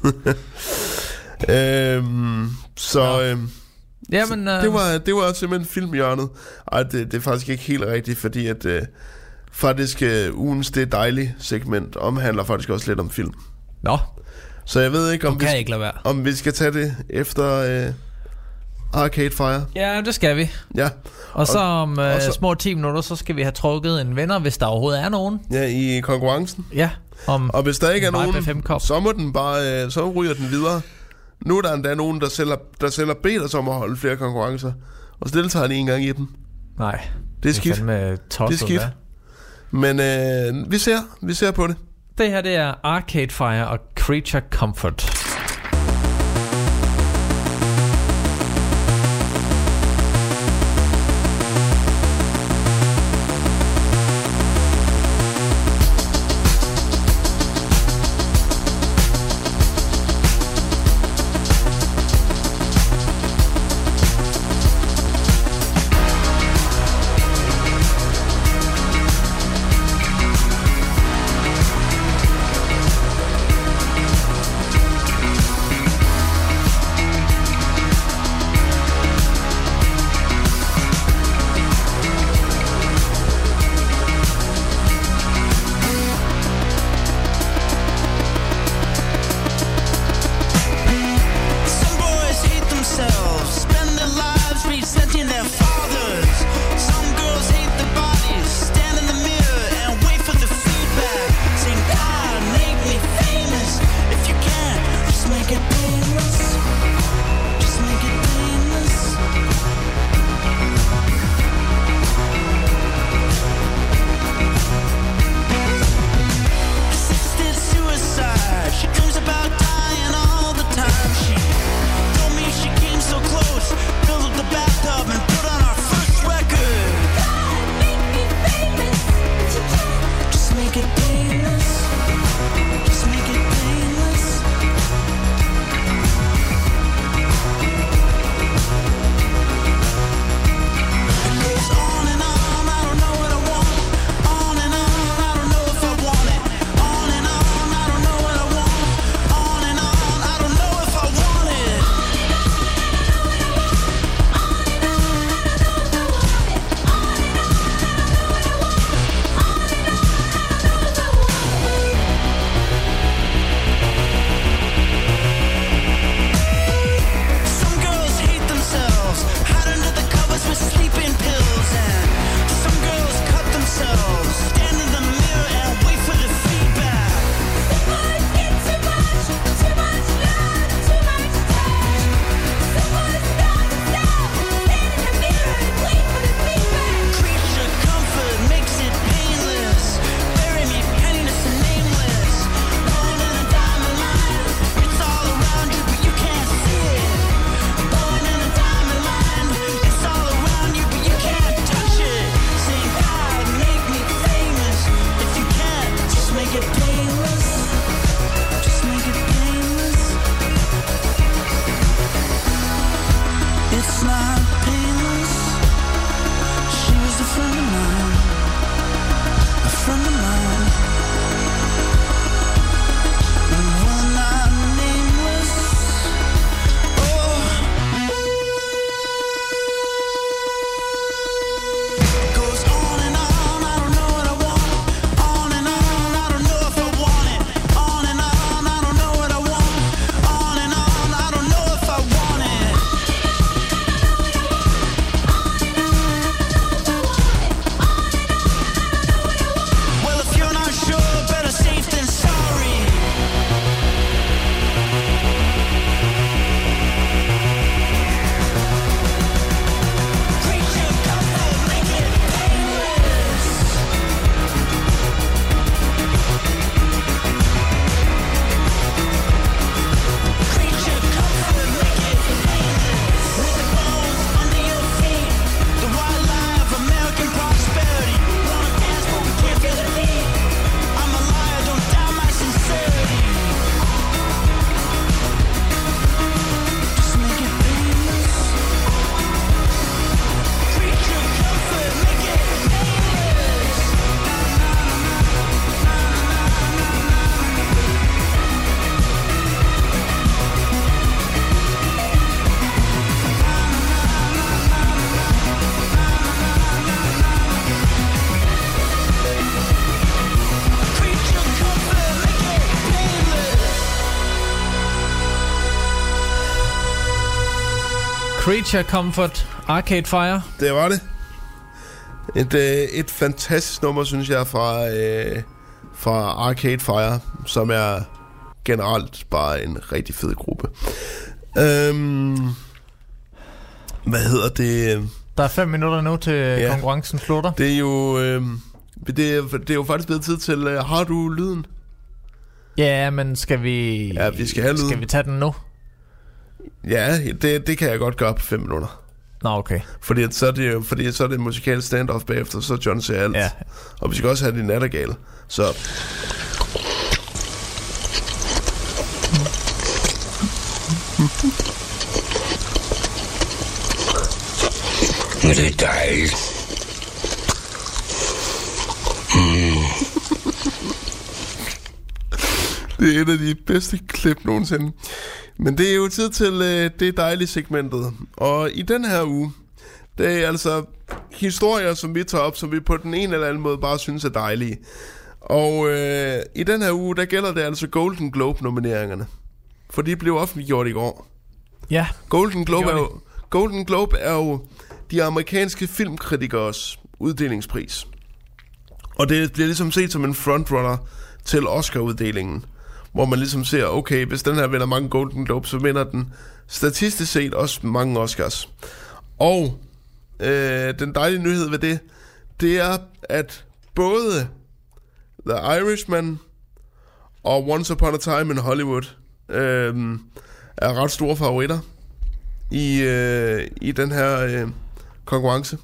øhm, så... Øhm, Jamen, øh... det, var, det var simpelthen filmhjørnet. Ej, det, det er faktisk ikke helt rigtigt, fordi at... Øh, faktisk øh, ugens Det er dejligt segment omhandler faktisk også lidt om film. Nå. Så jeg ved ikke, om, Du vi, kan ikke lade være. om vi skal tage det efter øh, Arcade Fire. Ja, det skal vi. Ja. Og så om øh, og så- små ti minutter, så skal vi have trukket en vinder, hvis der overhovedet er nogen. Ja, i konkurrencen. Ja. Om Og hvis der ikke er en Vibe nogen, F M-kop. så må den bare, øh, så ryger den videre. Nu er der endda nogen, der sælger, der sælger bedt os om at holde flere konkurrencer. Og så deltager de en gang i dem. Nej. Det er skidt. fandme tosset, Det er skidt. hva'? Men øh, vi ser, vi ser på det. Det her, det er Arcade Fire og Creature Comfort. Thank Creature Comfort, Arcade Fire. Det var det. Et, øh, et fantastisk nummer, synes jeg, fra, øh, fra Arcade Fire, som er generelt bare en rigtig fed gruppe. Øhm, hvad hedder det? Der er fem minutter nu til ja. konkurrencen slutter. Det er jo øh, det, er, det er jo faktisk blevet tid til øh, har du lyden? Ja, men skal vi Ja, vi skal have lyden. Skal vi tage den nu? Ja, det, det kan jeg godt gøre på fem minutter. Nå, okay. Fordi at så er det jo fordi at så er det musikal stand-off bagefter, så John siger alt. Ja. Og vi skal også have det nattergale. Så Men det er dejligt. Mm. Det er et af de bedste klip nogensinde. Men det er jo tid til øh, det dejlige segmentet. Og i den her uge, det er altså historier, som vi tager op, som vi på den ene eller anden måde bare synes er dejlige. Og øh, i den her uge, der gælder det altså Golden Globe-nomineringerne. For de blev offentliggjort i går. Ja. Golden Globe er jo, Golden Globe er jo de amerikanske filmkritikers uddelingspris. Og det bliver ligesom set som en frontrunner til Oscar-uddelingen, hvor man ligesom ser, okay, hvis den her vinder mange Golden Globe, så vinder den statistisk set også mange Oscars. Og øh, den dejlige nyhed ved det, det er, at både The Irishman og Once Upon a Time in Hollywood øh, er ret store favoritter i, øh, i den her øh, konkurrence.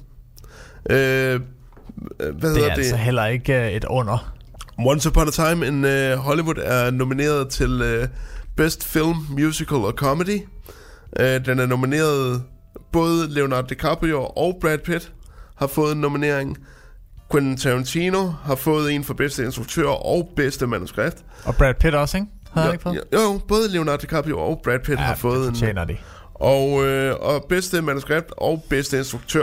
Øh, hvad det er det? altså heller ikke et under. Once Upon a Time in uh, Hollywood er nomineret til uh, Best Film, Musical og Comedy. Uh, den er nomineret, både Leonardo DiCaprio og Brad Pitt har fået en nominering. Quentin Tarantino har fået en for bedste instruktør og bedste manuskript. Og Brad Pitt også, ikke? Har jo, ikke fået? Jo, jo, både Leonardo DiCaprio og Brad Pitt ja, har fået en. Ja, de. Og, øh, og bedste manuskript og bedste instruktør.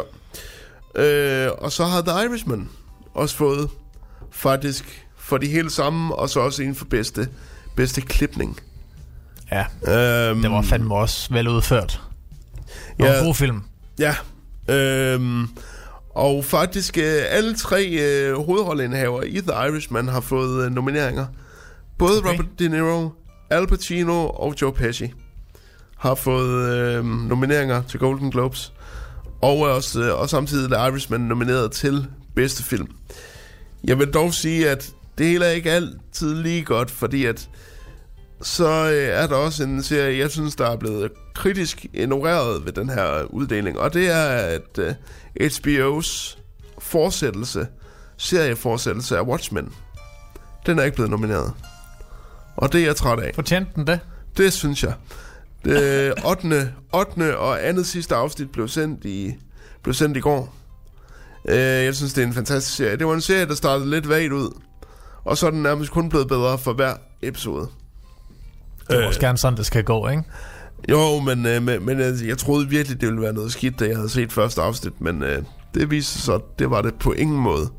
Øh, og så har The Irishman også fået faktisk for de hele sammen, og så også en for bedste, bedste klipning. Ja, øhm, det var fandme også vel udført. Det var ja, en god film. Ja, øhm, og faktisk øh, alle tre øh, hovedrolleindehavere i The Irishman har fået øh, nomineringer. Både okay. Robert De Niro, Al Pacino og Joe Pesci har fået øh, nomineringer til Golden Globes. Og, også, øh, og samtidig er The Irishman nomineret til bedste film. Jeg vil dog sige, at det hele er ikke altid lige godt, fordi at så øh, er der også en serie, jeg synes, der er blevet kritisk ignoreret ved den her uddeling. Og det er, at øh, H B O's fortsættelse, seriefortsættelse af Watchmen, den er ikke blevet nomineret. Og det er jeg træt af. Fortjente den det? Det synes jeg. Det ottende, ottende og andet sidste afsnit blev sendt i, blev sendt i går. Jeg synes, det er en fantastisk serie. Det var en serie, der startede lidt vagt ud, og så er den nærmest kun blevet bedre for hver episode. Det er også gerne sådan, det skal gå, ikke? Jo, men, men, men jeg troede virkelig, det ville være noget skidt, da jeg havde set første afsnit, men det viste sig, det var det på ingen måde.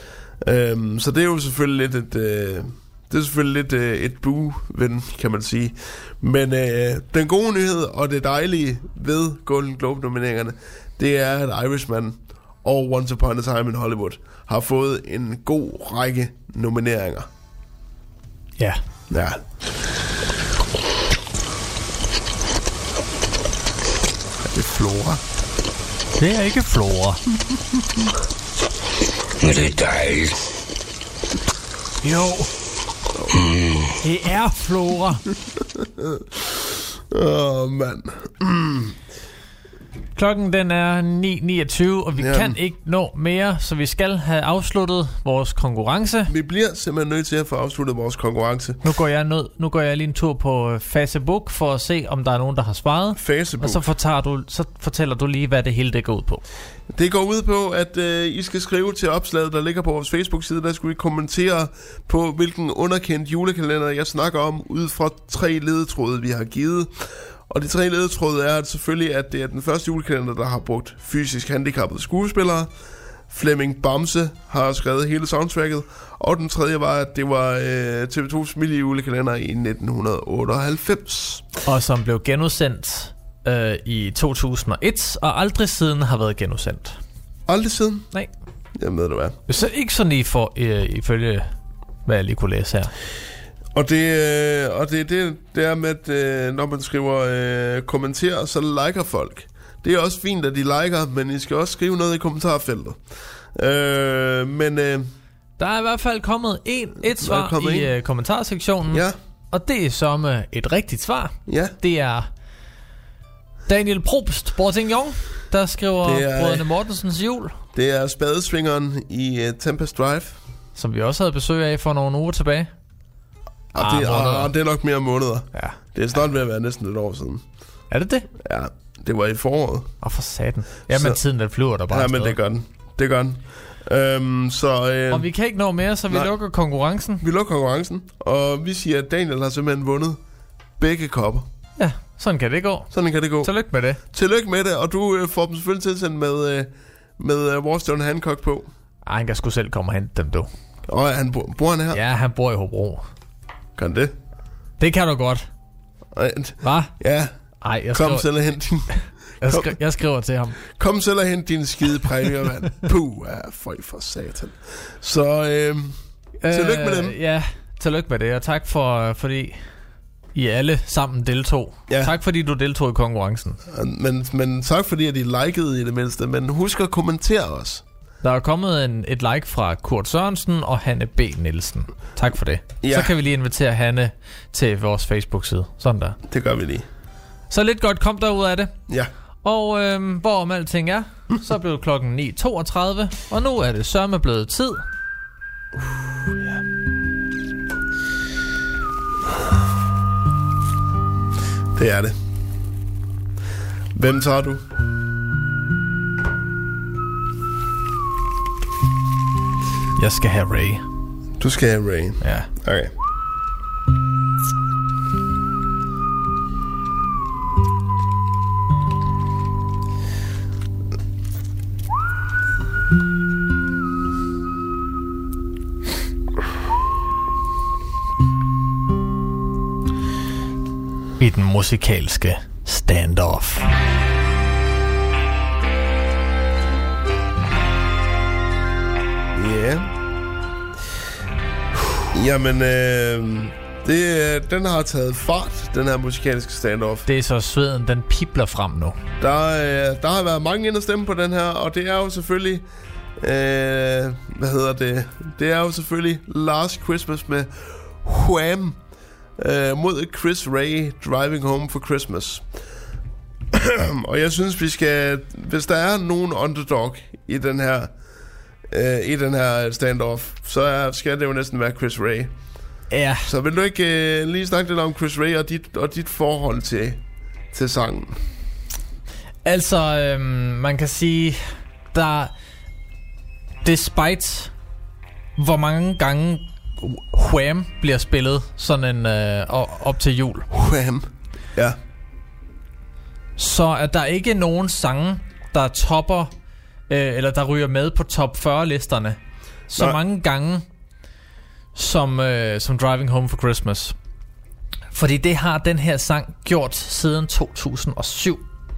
Så det er jo selvfølgelig lidt et, det er selvfølgelig lidt et boo-ven, kan man sige. Men den gode nyhed og det dejlige ved Golden Globe-nomineringerne, det er, at Irishman og Once Upon a Time in Hollywood har fået en god række nomineringer. Ja. Ja. Er det Flora? Det er ikke Flora. Men det er dejligt. Jo. Mm. Det er Flora. Åh, oh, mand. Mm. Klokken den er ni niogtyve, og vi Jamen. kan ikke nå mere, så vi skal have afsluttet vores konkurrence. Vi bliver simpelthen nødt til at få afsluttet vores konkurrence. Nu går jeg ned, nu går jeg lige en tur på Facebook for at se, om der er nogen, der har svaret. Facebook. Og så, fortager du, så fortæller du lige, hvad det hele det går ud på. Det går ud på, at øh, I skal skrive til opslaget, der ligger på vores Facebook-side. Der skulle I kommentere på, hvilken underkendt julekalender jeg snakker om, ud fra tre ledetråde, vi har givet. Og de tre ledetråde er at selvfølgelig, at det er den første julekalender, der har brugt fysisk handicappede skuespillere. Flemming Bamse har skrevet hele soundtracket. Og den tredje var, at det var øh, T V to's familiejulekalender i nitten otteoghalvfems. Og som blev genudsendt øh, i to tusind og et, og aldrig siden har været genudsendt. Aldrig siden? Nej. Jamen ved du hvad. Så ikke sådan lige for, øh, ifølge hvad jeg lige kunne læse her. Og det, øh, og det, det, det er med, at øh, når man skriver øh, kommenter, så liker folk. Det er også fint, at de liker, men I skal også skrive noget i kommentarfeltet. Øh, men øh, der er i hvert fald kommet en, et svar i øh, kommentarsektionen. Ja. Og det er så med et rigtigt svar. Ja. Det er Daniel Probst Bortingjon, der skriver Brødrene Mortensens jul. Det er spadesvingeren i uh, Tempest Drive, som vi også havde besøg af for nogle uger tilbage. Og, ah, det, og, og det er nok mere måneder. Ja. Det er snart ved at være næsten et år siden. Er det det? Ja, det var i foråret. Og for satan. Jamen tiden den flyver der bare. Ja, men det gør den. Det gør den. Øhm, så, øh, og vi kan ikke nå mere, så vi nej. lukker konkurrencen. Vi lukker konkurrencen, og vi siger, at Daniel har simpelthen vundet begge kopper. Ja, sådan kan det gå. Sådan kan det gå. Tillykke med det. Tillykke med det, og du øh, får dem selvfølgelig tilsendt med, øh, med øh, Warstone Hancock på. Ej, han kan sgu selv komme og hente dem, du. Og han bor, bor han her? Ja, han bor i Hobro. Kan det? Det kan du godt. Hvad? Ja. Ej, jeg Kom skriver... selv og hent din... Jeg, skri- jeg skriver til ham. Kom selv og hent din skide præmier, mand. Puh, ja, føj for satan. Så, øh, øh, tillykke med dem. Ja, tillykke med det, og tak for, fordi I alle sammen deltog. Ja. Tak fordi du deltog i konkurrencen. Men, men tak fordi, at I likede i det mindste. Men husk at kommentere os. Der er kommet en, et like fra Kurt Sørensen og Hanne B. Nielsen. Tak for det. Ja. Så kan vi lige invitere Hanne til vores Facebook-side. Sådan der. Det gør vi lige. Så lidt godt kom der ud af det. Ja. Og øhm, hvorom alting er, så blev det klokken ni toogtredive, og nu er det sørme blevet tid. Uh, ja. Det er det. Hvem tager du? Jeg skal have Ray. Du skal have Ray? Ja. Okay. I den musikalske standoff. Ja. Yeah. Jamen, øh, det, den har taget fart, den her musikalske standoff. Det er så sveden, den pibler frem nu. Der, øh, der har været mange ind og stemme på den her, og det er jo selvfølgelig... Øh, hvad hedder det? Det er jo selvfølgelig Last Christmas med Wham! Øh, mod Chris Ray, Driving Home for Christmas. Og jeg synes, vi skal... Hvis der er nogen underdog i den her... Øh, i den her standoff, så er, skal det jo næsten være Chris Ray. Ja. Så vil du ikke øh, lige snakke lidt om Chris Ray og dit, og dit forhold til, til sangen? Altså, øhm, man kan sige, der... Despite hvor mange gange Wham bliver spillet sådan en øh, op til jul. Wham. Ja. Så er der ikke nogen sange, der topper øh, eller der ryger med på top fyrre listerne så Nej. mange gange som øh, som Driving Home for Christmas. Fordi det har den her sang gjort siden to tusind og syv.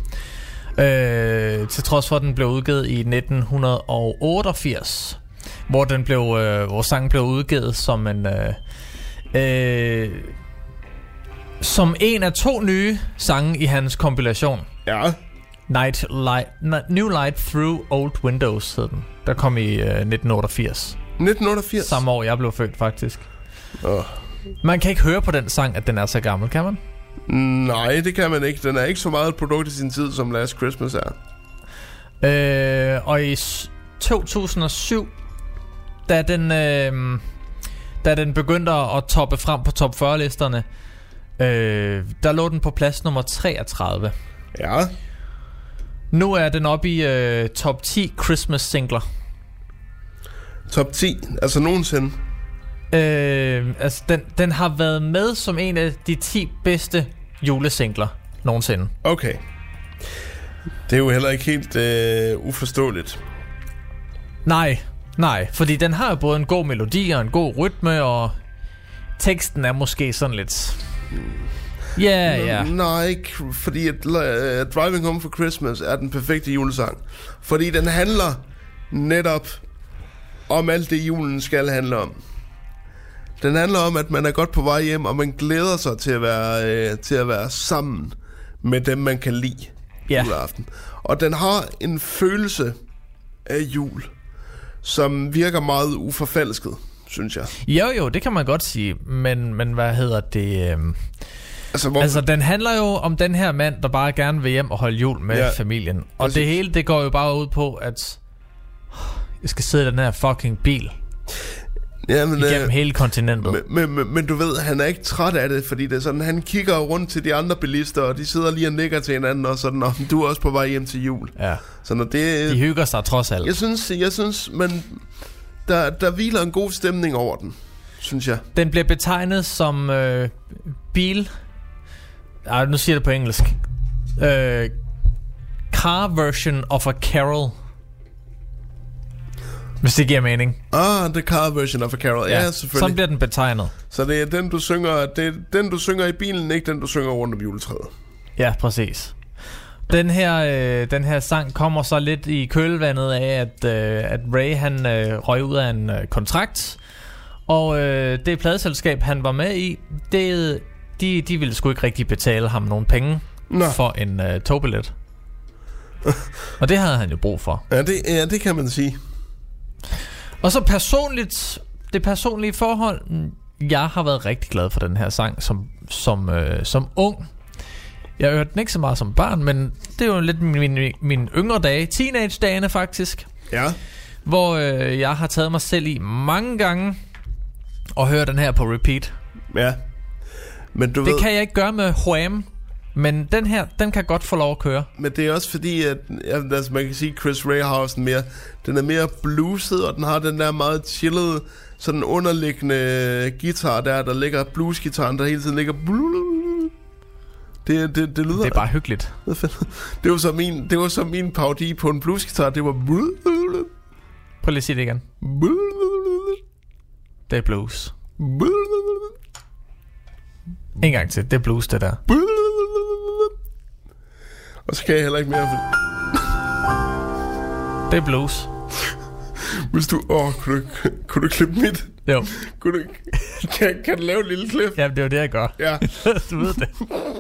Øh, til trods for at den blev udgivet i nitten otteogfirs, hvor den blev øh, hvor sangen blev udgivet som en øh, øh, som en af to nye sange i hans kompilation. Ja. Night Light, New Light Through Old Windows hed den. Der kom i øh, nitten otteogfirs. nitten otteogfirs? Samme år jeg blev født faktisk. Oh. Man kan ikke høre på den sang, at den er så gammel, kan man? Nej, det kan man ikke. Den er ikke så meget et produkt i sin tid, som Last Christmas er. Øh, og i to tusind og syv, da den, øh, da den begyndte at toppe frem på top fyrre listerne, øh, der lå den på plads nummer treogtredive. Ja. Nu er den oppe i øh, top ti Christmas singler. Top ti? Altså nogensinde? Øh, altså den, den har været med som en af de ti bedste julesingler nogensinde. Okay. Det er jo heller ikke helt øh, uforståeligt. Nej, nej, fordi den har jo både en god melodi og en god rytme, og teksten er måske sådan lidt... Ja, ja. Nej, ikke, fordi at, uh, Driving Home for Christmas er den perfekte julesang. Fordi den handler netop om alt det, julen skal handle om. Den handler om, at man er godt på vej hjem, og man glæder sig til at være, uh, til at være sammen med dem, man kan lide Ja. juleaften. Og den har en følelse af jul, som virker meget uforfalsket, synes jeg. Jo, jo, det kan man godt sige. Men, men hvad hedder det... Øhm Altså, hvor... Altså, den handler jo om den her mand, der bare gerne vil hjem og holde jul med Ja, familien. Og præcis. det hele, det går jo bare ud på, at jeg skal sidde i den her fucking bil ja, men, igennem øh, hele kontinentet. men, men, men, men du ved, han er ikke træt af det, fordi det er sådan, han kigger rundt til de andre bilister, og de sidder lige og nikker til hinanden, og sådan, og du er også på vej hjem til jul. Ja. Så når det... De hygger sig trods alt. Jeg synes, jeg synes men der, der hviler en god stemning over den, synes jeg. Den bliver betegnet som øh, bil... Ej, nu siger jeg det på engelsk. Øh, car version of a carol. Hvis det giver mening. Ah, the car version of a carol. Ja, ja selvfølgelig. Sådan bliver den betegnet. Så det er den, du synger, det er den, du synger i bilen, ikke den, du synger rundt om juletræet. Ja, præcis. Den her, øh, den her sang kommer så lidt i kølvandet af, at, øh, at Ray han øh, røg ud af en øh, kontrakt. Og øh, det pladeselskab, han var med i, det, de, de ville sgu ikke rigtig betale ham nogen penge Nå. for en øh, togbillet. Og det havde han jo brug for. Ja, det, ja, det kan man sige. Og så personligt, det personlige forhold, jeg har været rigtig glad for den her sang som, som, øh, som ung. Jeg hørte den ikke så meget som barn, men det er jo lidt mine min, min yngre dage, teenage-dagene faktisk, Ja. hvor øh, jeg har taget mig selv i mange gange og hørt den her på repeat. Ja. Men du Det ved, kan jeg ikke gøre med Wham, men den her, den kan godt få lov at køre. men det er også fordi, at ja, altså, man kan sige, Chris Ray har også mere, den er mere blueset, og den har den der meget chillede, sådan underliggende guitar der, der ligger bluesgitaren, der hele tiden ligger. Det, det, det lyder. Det er bare hyggeligt. Det var så min, det var så min parodi på en bluesgitar. Det var. Prøv lige at sige det igen. Det er blues. En gang til, det er blues det der. Og så kan jeg heller ikke mere. Det er blues. Hvis du, åh, kunne du, kunne du klippe mit? Jo. Kunne du, kan, kan du lave et lille klip? Ja, det er jo det jeg gør. Ja. Du ved det.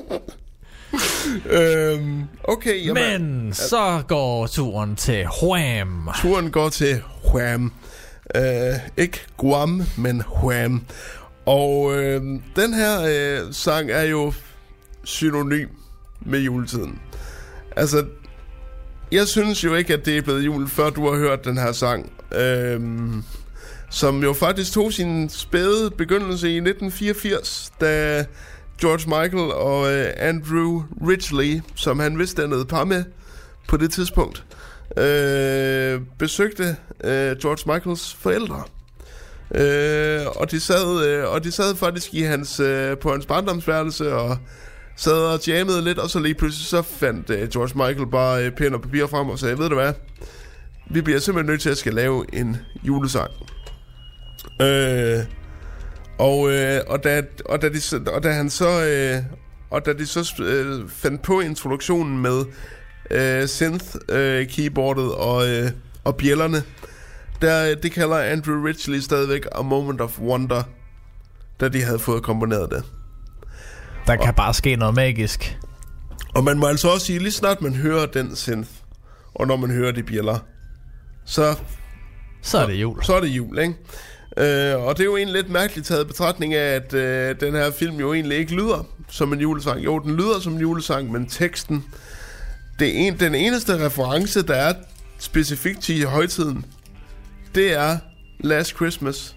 øhm, okay, jamen, Men så går turen til Wham. turen går til Wham. Uh, ikke Guam, men Wham. Og uh, den her uh, sang er jo synonym med juletiden. Altså, jeg synes jo ikke, at det er blevet jul, før du har hørt den her sang. Uh, som jo faktisk tog sin spæde begyndelse i nitten fireogfirs, da George Michael og uh, Andrew Ridgeley, som han vist dannede par med på det tidspunkt, uh, besøgte uh, George Michaels forældre. Uh, og de sad uh, og de sad faktisk i hans uh, på hans barndomsværelse og sad og jammede lidt, og så lige pludselig så fandt uh, George Michael bare uh, pen og papir frem og sagde, ved du hvad, vi bliver simpelthen nødt til at skal lave en julesang. Øh, og, øh, og, da, og, da de, og da han så øh, og da de så øh, fandt på introduktionen med øh, synth øh, keyboardet og, øh, og bjællerne, der, det kalder Andrew Ridgeley stadigvæk A Moment of Wonder, da de havde fået komponeret det. Der kan og, bare ske noget magisk. Og man må altså også sige, lige snart man hører den synth, og når man hører de bjæller, så så er det jul. Så er det jul, ikke? Uh, og det er jo egentlig lidt mærkeligt taget betragtning af, at uh, den her film jo egentlig ikke lyder som en julesang. Jo, den lyder som en julesang, men teksten, det er en, den eneste reference, der er specifikt til højtiden, det er Last Christmas.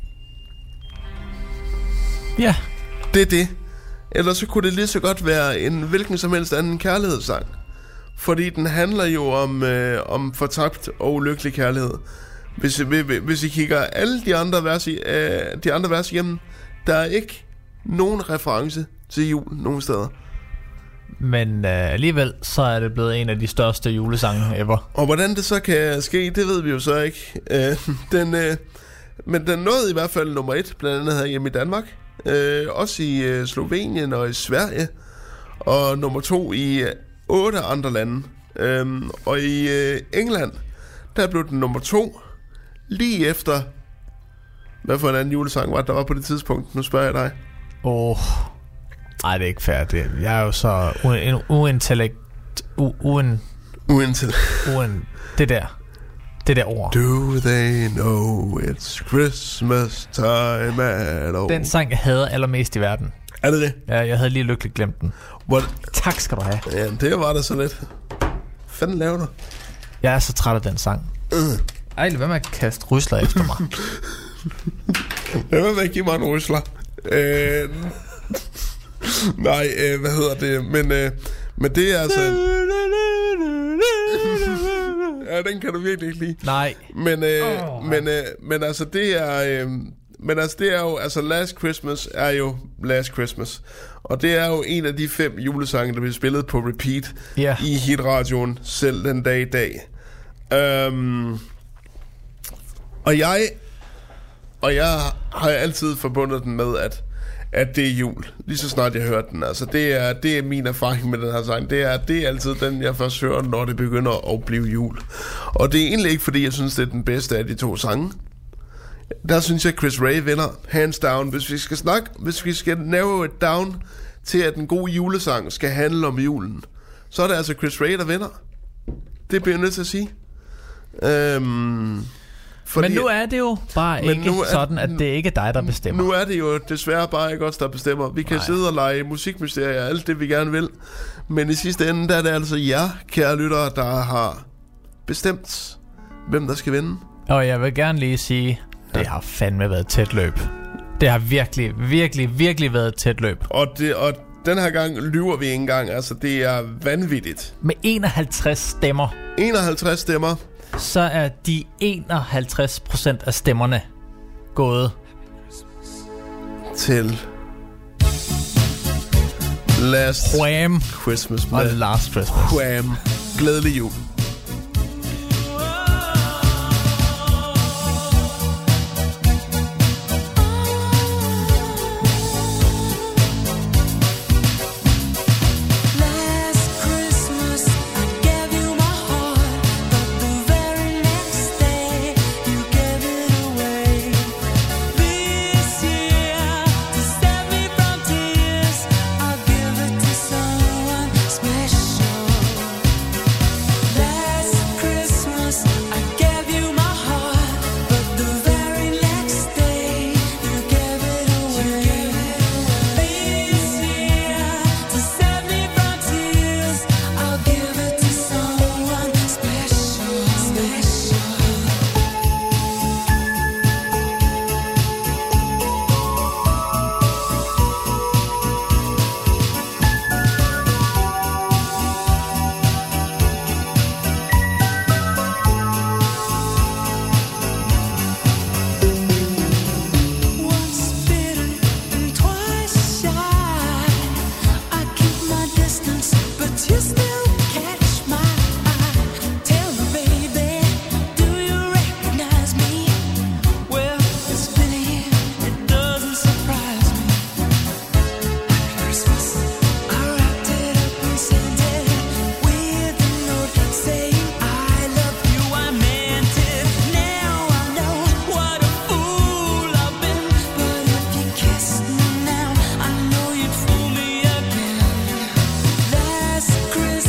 Ja. Det er det. Ellers så kunne det lige så godt være en hvilken som helst anden kærlighedssang. Fordi den handler jo om, øh, om fortabt og ulykkelig kærlighed. Hvis, hvis I kigger alle de andre vers, i, øh, de andre vers igennem, der er ikke nogen reference til jul nogen steder. Men øh, alligevel så er det blevet en af de største julesange ever. Og hvordan det så kan ske, det ved vi jo så ikke. Øh, den, øh, men den nåede i hvert fald nummer et, blandt andet her hjemme i Danmark. øh, også i øh, Slovenien og i Sverige, og nummer to i øh, otte andre lande. Øhm, og i øh, England, der blev den nummer to, lige efter, hvad for en anden julesang var der var på det tidspunkt? Nu spørger jeg dig. Åh, oh. Nej, det er ikke fair. Det, jeg er jo så uintellekt... Uen... Uintellekt... Uen... Det der... Det der ord. Do they know it's Christmas time at all? Den sang, jeg hader allermest i verden. Er det det? Ja, jeg havde lige lykkeligt glemt den. What? Tak skal du have. Ja, det var da så lidt. Hvad fanden laver du? Jeg er så træt af den sang. Uh. Ej, hvad med at kaste rysler efter mig? Hvad med at give mig en rysler? Øh... Nej, øh, hvad hedder det? Men, øh, men det er altså... Ja, den kan du virkelig ikke lide. Nej. Men, øh, oh, men, øh, men altså, det er... Øh, men altså, det er jo... Altså, Last Christmas er jo Last Christmas. Og det er jo en af de fem julesange, der bliver spillet på repeat yeah. i hitradioen selv den dag i dag. Um, og jeg... Og jeg har altid forbundet den med, at at det er jul, lige så snart jeg hører den. Altså det er, det er min erfaring med den her sang. Det er, det er altid den, jeg først hører, når det begynder at blive jul. Og det er egentlig ikke, fordi jeg synes, det er den bedste af de to sange. Der synes jeg, Chris Rea vinder, hands down. Hvis vi skal snakke, hvis vi skal narrow it down til, at den gode julesang skal handle om julen, så er det altså Chris Rea, der vinder. Det bliver jeg nødt til at sige. Øhm... Fordi, men nu er det jo bare ikke er, sådan, at det ikke er dig, der bestemmer. Nu er det jo desværre bare ikke os, der bestemmer. Vi kan Nej. sidde og lege musikmysterier og alt det, vi gerne vil. Men i sidste ende, der er det altså jer, kære lyttere, der har bestemt, hvem der skal vinde. Og jeg vil gerne lige sige, det ja. har fandme været tæt løb. Det har virkelig, virkelig, virkelig været tæt løb. Og, det, og den her gang lyver vi ikke engang. Altså, det er vanvittigt. Med enoghalvtreds stemmer. enoghalvtreds stemmer. Så er de enoghalvtreds procent af stemmerne gået til Last Wham. Christmas og Last Christmas. Wham. Glædelig jul. Christmas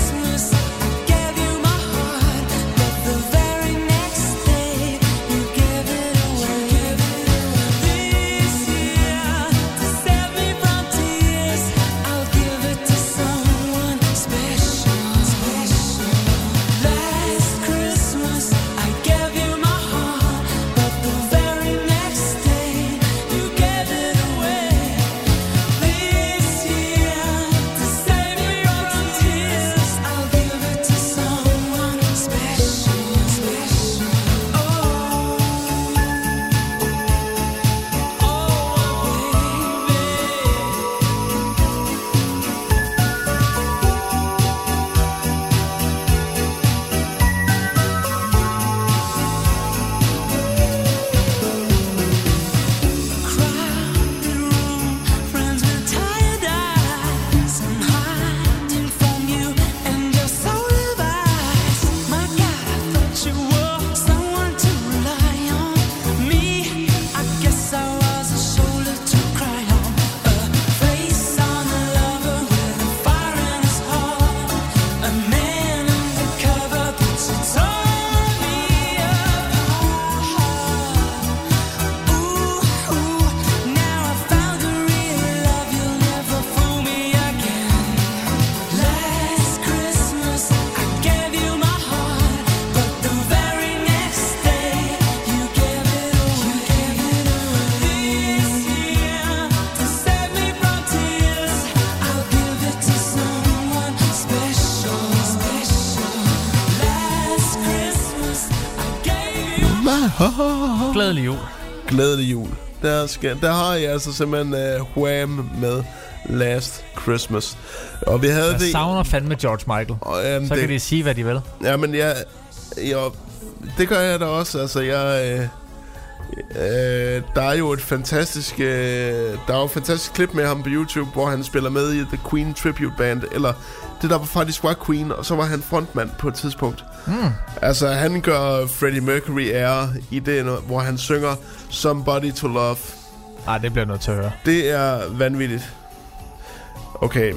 Glædelig jul. Glædelig jul. Der, skal, der har jeg altså simpelthen uh, Wham med Last Christmas. Og vi havde jeg det... savner fandme George Michael. Og, jamen, så det, kan de sige, hvad de vil. Jamen, jeg, jeg, det gør jeg da også. Altså, jeg... Øh, øh, der er jo et fantastisk... Øh, der er jo et fantastisk klip med ham på YouTube, hvor han spiller med i The Queen Tribute Band. Eller det, der faktisk var Queen, og så var han frontmand på et tidspunkt. Mm. Altså, han gør Freddie Mercury ære i det, hvor han synger Somebody to Love. Ej, det bliver nødt til at høre. Det er vanvittigt. Okay.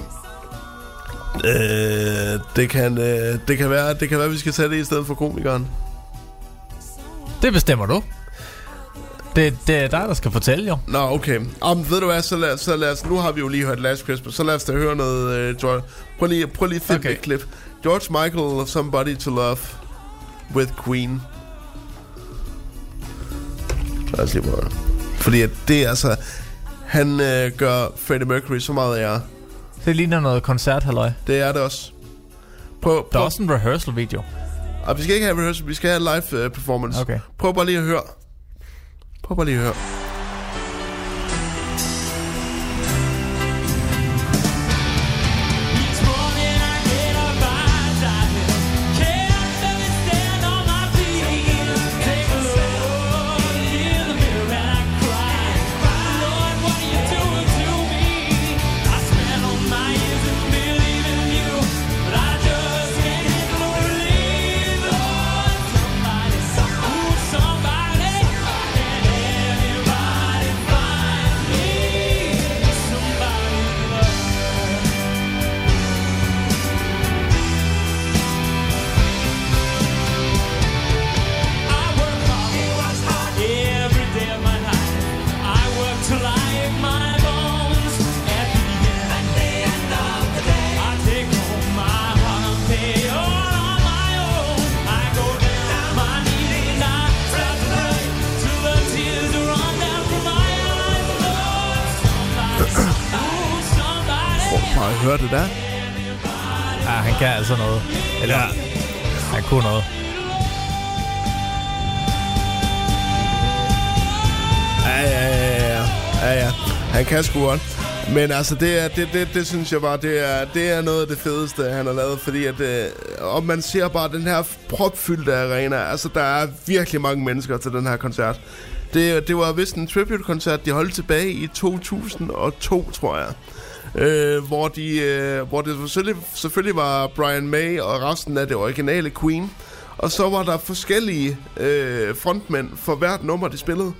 Øh, det kan øh, det kan være det kan være at vi skal tage det i stedet for komikeren. Det bestemmer du. Det, det er dig, der skal fortælle, jo. Nå, okay. Om, ved du hvad, så lad, så lad os... Nu har vi jo lige hørt Last Christmas, så lad os da høre noget... Øh, George. Prøv lige, prøv lige at finde okay. et klip. George Michael, Somebody to Love with Queen. Lad os lige prøve. Fordi at det er altså... Han øh, gør Freddie Mercury så meget ære. Det ligner noget koncert, halløj. Det er det også. Prøv, prøv. Der er også en rehearsal video. Og vi skal ikke have rehearsal, vi skal have live uh, performance. Okay. Prøv bare lige at høre. Prøv bare lige at høre. Hør det der? Ja, han kan altså noget. Eller ja. Han kunne noget. Ja, ja, ja, ja. Ja, ja. Han kan sgu godt. Men altså, det, er, det, det, det synes jeg bare, det er, det er noget af det fedeste, han har lavet. Fordi at, øh, og man ser bare den her propfyldte arena. Altså, der er virkelig mange mennesker til den her koncert. Det, det var vist en tribute-koncert, de holdt tilbage i to tusind og to, tror jeg. Øh, hvor, de, øh, hvor det selvfølgelig, selvfølgelig var Brian May og resten af det originale Queen. Og så var der forskellige øh, frontmænd for hvert nummer, de spillede.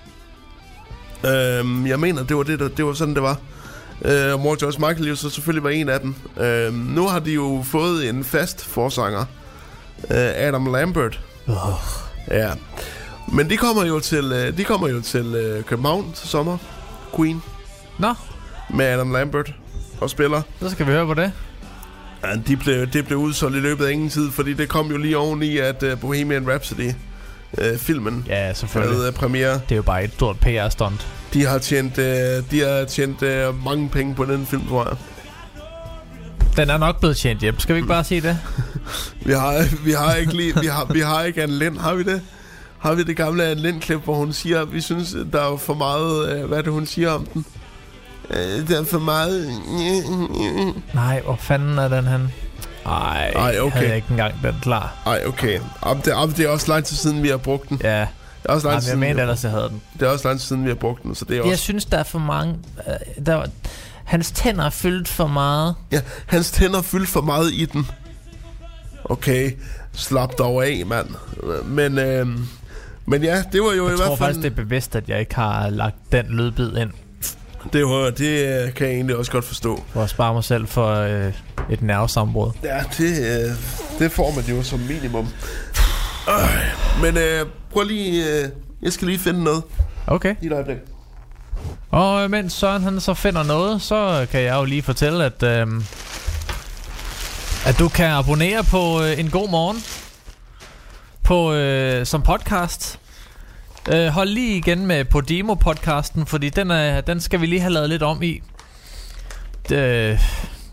Øh, jeg mener, det var, det, der, det var sådan, det var. Øh, hvor George Michael jo så selvfølgelig var en af dem. Øh, nu har de jo fået en fast forsanger. Øh, Adam Lambert. Oh. Ja. Men de kommer jo til, de kommer jo til øh, København til sommer. Queen. Nå. Med Adam Lambert og spiller. Så skal vi høre på det. Ja, de blev, det blev udsolgt i løbet af ingen tid, fordi det kom jo lige oven i, at uh, Bohemian Rhapsody uh, filmen ja, selvfølgelig. havde uh, premiere. Det er jo bare et stort P R-stunt. De har tjent, uh, de har tjent uh, mange penge på den film, tror jeg. Den er nok blevet tjent hjem. Skal vi ikke bare sige det? vi har vi har ikke lige vi har vi har ikke Anne Lind, har vi det? Har vi det gamle Anne Lind klip, hvor hun siger, vi synes der er for meget, uh, hvad er det hun siger om den? Uh, der er for meget. Nej, hvor fanden er den han? Ej, Ej okay. Havde jeg ikke engang den klar. Ej, okay. Om det, om det er også lang tid siden, vi har brugt den. Ja. Det er også lang Jamen, tid jeg siden, mente ellers, jeg havde den. Det er også lang tid siden, vi har brugt den, så det er også... Jeg synes, der er for mange... Uh, der var, hans tænder er fyldt for meget. Ja, hans tænder er fyldt for meget i den. Okay, slap dog af, mand. Men, øh, men ja, det var jo jeg i hvert fald... Jeg tror faktisk, det er bevidst, at jeg ikke har lagt den lydbid ind. Det, var, det kan jeg egentlig også godt forstå. For at spare mig selv for øh, et nervesambrud. Ja, det, øh, det får man jo som minimum. Øh, men øh, prøv lige... Øh, jeg skal lige finde noget. Okay. I et øjeblik. Og mens Søren han så finder noget, så kan jeg jo lige fortælle, at, øh, at du kan abonnere på øh, En God Morgen på, øh, som podcast. Øh, hold lige igen med Podimo-podcasten, fordi den, er, den skal vi lige have lavet lidt om i. Det,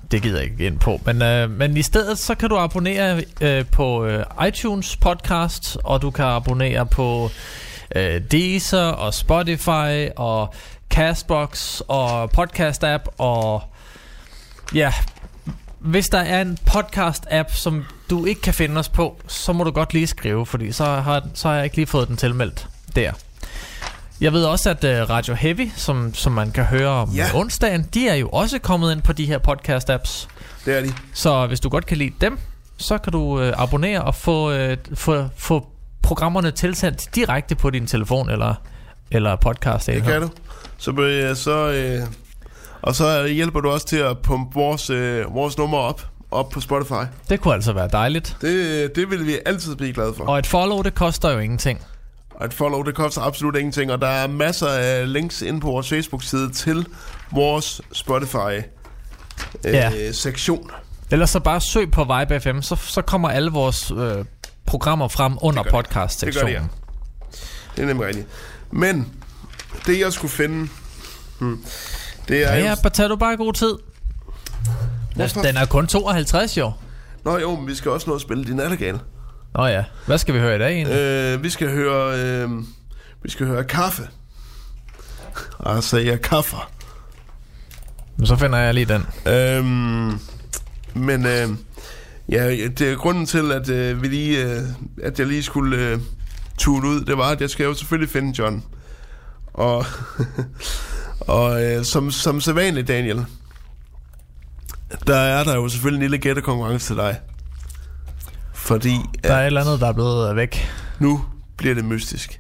det gider jeg ikke ind på. Men, øh, men i stedet så kan du abonnere øh, på øh, iTunes podcast, og du kan abonnere på øh, Deezer og Spotify og Castbox og podcast app. Og ja, hvis der er en podcast app som du ikke kan finde os på, så må du godt lige skrive, fordi så har, så har jeg ikke lige fået den tilmeldt der. Jeg ved også, at uh, Radio Heavy, som, som man kan høre om ja. onsdagen, de er jo også kommet ind på de her podcast-apps. Det er de. Så hvis du godt kan lide dem, så kan du uh, abonnere og få, uh, få, få programmerne tilsendt direkte på din telefon eller, eller podcast. Det kan du. Så, øh, så, øh, og så hjælper du også til at pumpe vores, øh, vores nummer op, op på Spotify. Det kunne altså være dejligt. Det, det vil vi altid blive glade for. Og et follow, det koster jo ingenting. Og et follow, det koster absolut ingenting. Og der er masser af links inde på vores Facebook-side til vores Spotify-sektion. Ja. Ellers så bare søg på Vibe F M, så, så kommer alle vores øh, programmer frem under podcast-sektionen. Det gør det, ja. Det er nemlig rigtigt. Men det jeg skulle finde, hmm, det er ja, jo... ja, tag du bare god tid. Hvorfor? Den er kun tooghalvtreds, jo. Nå jo, men vi skal også nå at spille Din Nattergale. Nå ja, hvad skal vi høre i dag egentlig? Øh, vi skal høre øh, Vi skal høre Kaffe. Og så siger jeg kaffer. Så finder jeg lige den. øhm, Men øh, ja, det er grunden til at øh, vi lige øh, At jeg lige skulle øh, tune ud. Det var at jeg skal jo selvfølgelig finde John. Og Og øh, som, som sædvanligt, Daniel, der er der jo selvfølgelig en lille gættekonkurrence til dig. Fordi der er et eller andet, der er blevet væk. Nu bliver det mystisk.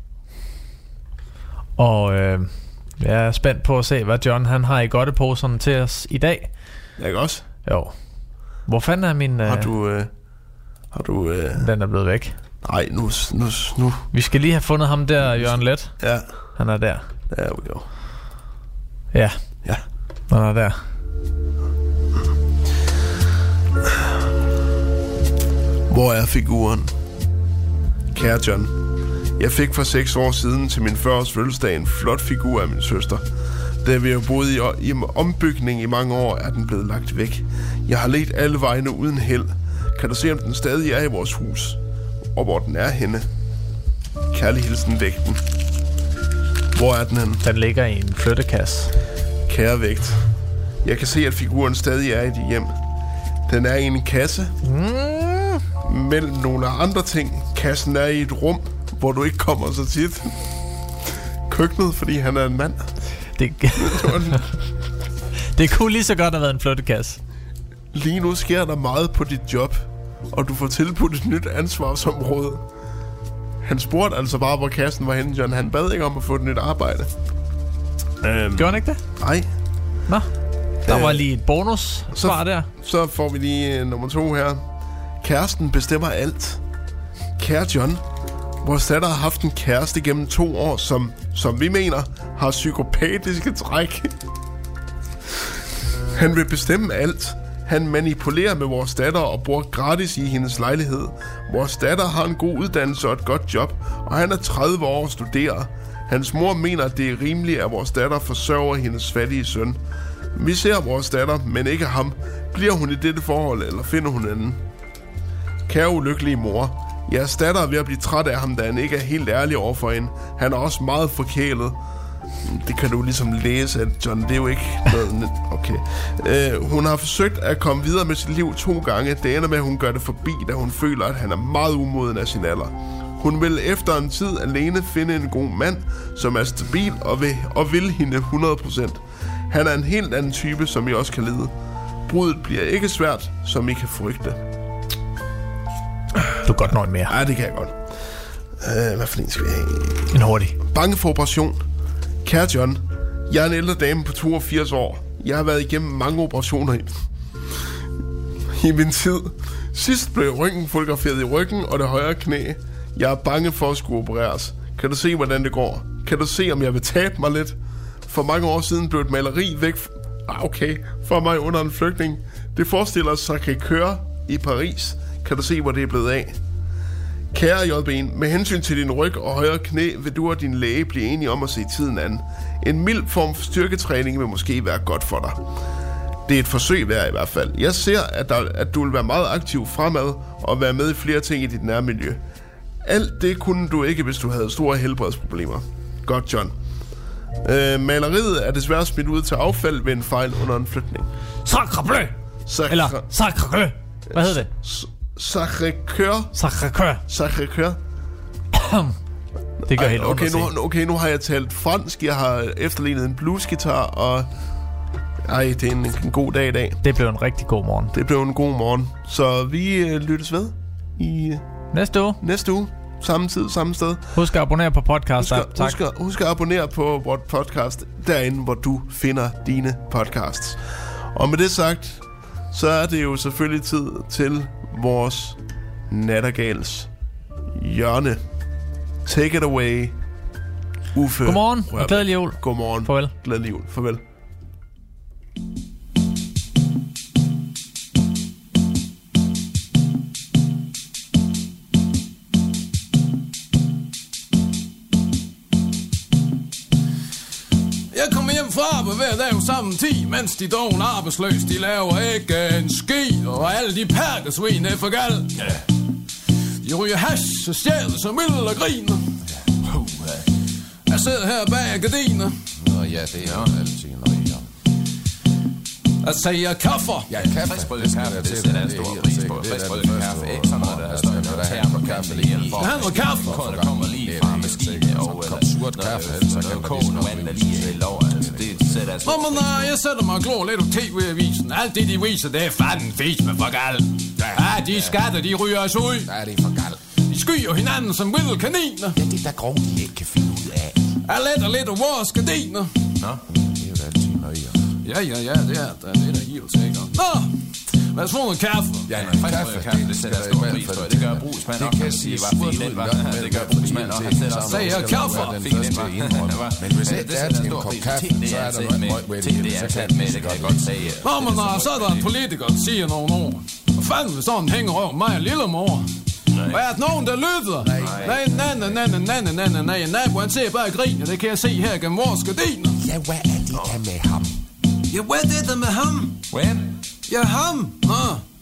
Og øh, jeg er spændt på at se, hvad John han har i godteposerne til os i dag. Jeg ikke også? Jo. Hvor fanden er min... Øh, har du... Øh, har du øh... Den er blevet væk. Nej, nu, nu, nu... Vi skal lige have fundet ham der, Jørgen Let. Ja. Han er der. Der we go. Ja. Ja. Han er der. Hvor er figuren? Kære John, jeg fik for seks år siden til min fyrre-års fødselsdag en flot figur af min søster. Da vi har boet i, i ombygning i mange år, er den blevet lagt væk. Jeg har let alle vegne uden held. Kan du se, om den stadig er i vores hus? Og hvor den er henne? Kærlig hilsen, vægten. Hvor er den henne? Den ligger i en flyttekasse. Kære vægt, jeg kan se, at figuren stadig er i dit hjem. Den er i en kasse. Mm. Mellem nogle andre ting. Kassen er i et rum, hvor du ikke kommer så tit. Køkkenet, fordi han er en mand. Det, det kunne lige så godt have været en flyttekasse. Lige nu sker der meget på dit job, og du får tilbudt et nyt ansvarsområde. Han spurgte altså bare, hvor kassen var henne, John. Han bad ikke om at få et nyt arbejde. Um, Gjorde han ikke det? Nej. Nå, der uh, var lige et bonus svar der. Så får vi lige uh, nummer to her. Kæresten bestemmer alt. Kære John, vores datter har haft en kæreste gennem to år, som, som vi mener, har psykopatiske træk. Han vil bestemme alt. Han manipulerer med vores datter og bor gratis i hendes lejlighed. Vores datter har en god uddannelse og et godt job, og han er tredive år og studerer. Hans mor mener, at det er rimeligt, at vores datter forsørger hendes fattige søn. Vi ser vores datter, men ikke ham. Bliver hun i dette forhold, eller finder hun anden? Kære ulykkelige mor, jeres datter er ved at blive træt af ham, da han ikke er helt ærlig overfor hende. Han er også meget forkælet. Det kan du ligesom læse, at John, det er jo ikke noget... Okay. Øh, hun har forsøgt at komme videre med sit liv to gange. Det ender med, at hun gør det forbi, da hun føler, at han er meget umoden af sin alder. Hun vil efter en tid alene finde en god mand, som er stabil og vil, og vil hende hundrede procent. Han er en helt anden type, som I også kan lide. Bruddet bliver ikke svært, som I kan frygte. Du er godt nøje mere. Ja, det kan jeg godt. Uh, hvad for en skal vi have? En hurtig. Bange for operation. Kære John, jeg er en ældre dame på toogfirs år. Jeg har været igennem mange operationer i, i min tid. Sidst blev ryggen fotograferet i ryggen og det højre knæ. Jeg er bange for at skulle opereres. Kan du se, hvordan det går? Kan du se, om jeg vil tabe mig lidt? For mange år siden blev et maleri væk ah, okay, for mig under en flygtning. Det forestiller sig, at kan køre i Paris. Kan du se, hvor det er blevet af? Kære J B, med hensyn til din ryg og højre knæ, vil du og din læge blive enige om at se tiden an. En mild form for styrketræning vil måske være godt for dig. det er et forsøg værd i hvert fald. Jeg ser, at, der, at du vil være meget aktiv fremad og være med i flere ting i dit nærmiljø. Alt det kunne du ikke, hvis du havde store helbredsproblemer. Godt, John. Øh, maleriet er desværre smidt ud til affald ved en fejl under en flytning. Sacre-bleu! Sacre... Eller Sacre-bleu. Hvad hedder det? Sacre-cœur. Sacre-cœur. Sacre-cœur. Det gør Ej, helt okay, ondt at nu, okay, nu har jeg talt fransk. Jeg har efterlignet en bluesgitar, og ej, det er en, en god dag i dag. Det blev en rigtig god morgen. Det blev en god morgen. Så vi øh, lyttes ved i øh, Næste uge. næste uge. Samme tid, samme sted. Husk at abonnere på podcast. Husk at, husk, at, husk at abonnere på vores podcast derinde, hvor du finder dine podcasts. Og med det sagt, så er det jo selvfølgelig tid til vores nattergals hjørne. Take it away, Uffe. Godmorgen og glædelig jul. Godmorgen. Farvel. Glædelig jul. Farvel. Jeg kommer hjem fra arbejde hver dag sammen ti, mens de dogne arbejdsløse, de laver ikke en ski, og alle de perkesvin er for galt. Ja. De ryger hash og stjæler som mild og griner. Jeg sidder her bag gardiner. Nå ja, det er jo altid noget, ja. Jeg siger kaffer. Ja, kaffe. Friskbrøddet kaffe, det sætter jeg stor pris på. Friskbrøddet kaffe, ikke sådan noget, der har stået noget her på kaffe lige inden for. Det handler kaffe. Der kommer lige fra maskinen, og en kop surt kaffe, så kan man kogende vand, der lige er i lov. Det sætter jeg stor pris på. Nå, men jeg sætter mig og glor lidt på T V-avisen. Alt det, de viser, det er fanden fisk med for galt. Ja, de skatter, de ryger os ud. Ja, det er for galt. De skyer hinanden som vilde kaniner. Ja, det er der grov, de ikke kan finde ud af. Jeg letter lidt af vores gardiner. Nå, det er jo da altid noget, ja. Ja, ja, ja, det er der. Det er der helt sikkert. Nå, lad os få noget kaffe. Ja, noget kaffe, det, det sætter jeg stor pris på. Det gør brugsmand også. Det kan sige surt ud, det gør brugsmand også. Han sætter Sagde jeg kaffe? Men hvis det er til en kop kaffe, så er der noget møg ved det. Så kan det godt sige. Nå, men så er der en politiker, der siger nogle ord. Hvad fanden hvis sådan hænger over mig og lillemor? Og er der nogen, der lytter? Nej, nej, nej, nej, nej, nej, nej, nej, nej, naboen ser bare griner. Det kan jeg se her gennem vores gardiner. Ja, hvad er det der med ham? Ja, hvad er det der med ham? Hvem? Ja, ham. Nå.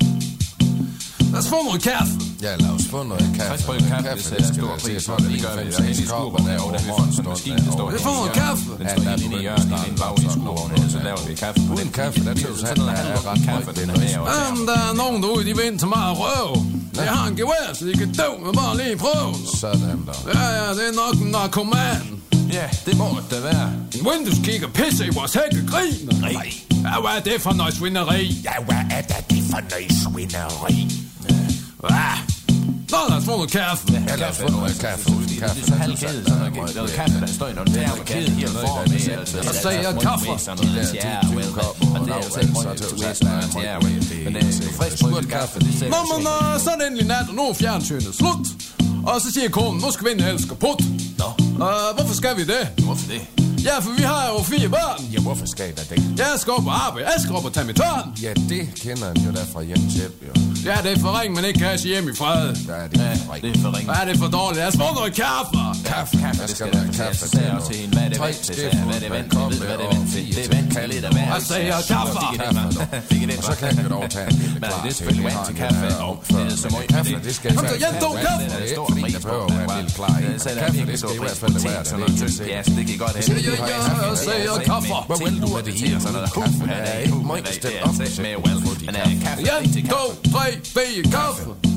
Lad os få noget kaffe. Ja, lad os få noget kaffe. Friskbrøddet kaffe, det sætter jeg stor pris på. Det gør vi, der er i skurvognen derovre, der vi får sådan en maskine, der står. Vi får noget kaffe. Den står helt inde i hjørnet, i en bag i skurvognen, så laver vi kaffe. Uden kaffe, der tøs han, der er ret kaffe, den er med. Jamen, der er nogen derude, de vil til mig at røve. Jeg har en gevær, så de kan dø med bare lige prøve. Sådan der. Ja, ja, det er nok en narkoman. Ja, det må det være. En vindueskigger pisser i vores hække griner. Nej. Ja, hvad er det for noget svineri? Ja, hvad er det for noget svineri? Ja. Nå, lad os få noget kaffe. Ja, lad os få noget kaffe. Uden kaffe. Det er så halvkædet, sådan noget kaffe, der står i noget der med kæde helt foran med. Jeg siger kaffe. De der tyve kopper, og det er jo selv så til West Men det er frisk surt kaffe. Nå, men så er det endelig nat, og nu er fjernsynet slut. Og så siger konen, nu skal vi ind og elske put. Nå. Hvorfor skal vi det? Hvorfor det? Ja, for vi har jo fire børn. Ja, hvorfor skal I da det? Jeg skal op på arbejde, jeg skal op og tage mit tørn. Ja, det kender han jo der fra Jens Hjælp, jo. Ja, det er for ring, men ikke kan have hjem i fred. Ja, det er for ring. Det er for ring. Ja, det er for dårligt. Lad os få noget kaffe. Kaffe, kaffe, det skal være kaffe til noget. Hvad er det vand til? Hvad er det vand til? Hvad er det vand til? Det er vand til lidt af vand. Jeg siger kaffe. Og så kan jeg jo dog tage en lille klar. Det er selvfølgelig vand til kaffe. Det er så meget kaffe, det skal være. Jeg tog kaffe. Det er ikke fordi, der behøver at være en lille klar. Kaffe, det skal i hvert fald være det. Ja, det kan godt have. Jeg siger kaffe. Hvor vil du have det her? Kaffe er ikke meget stemt op. En, to, tre, fire, kaffe.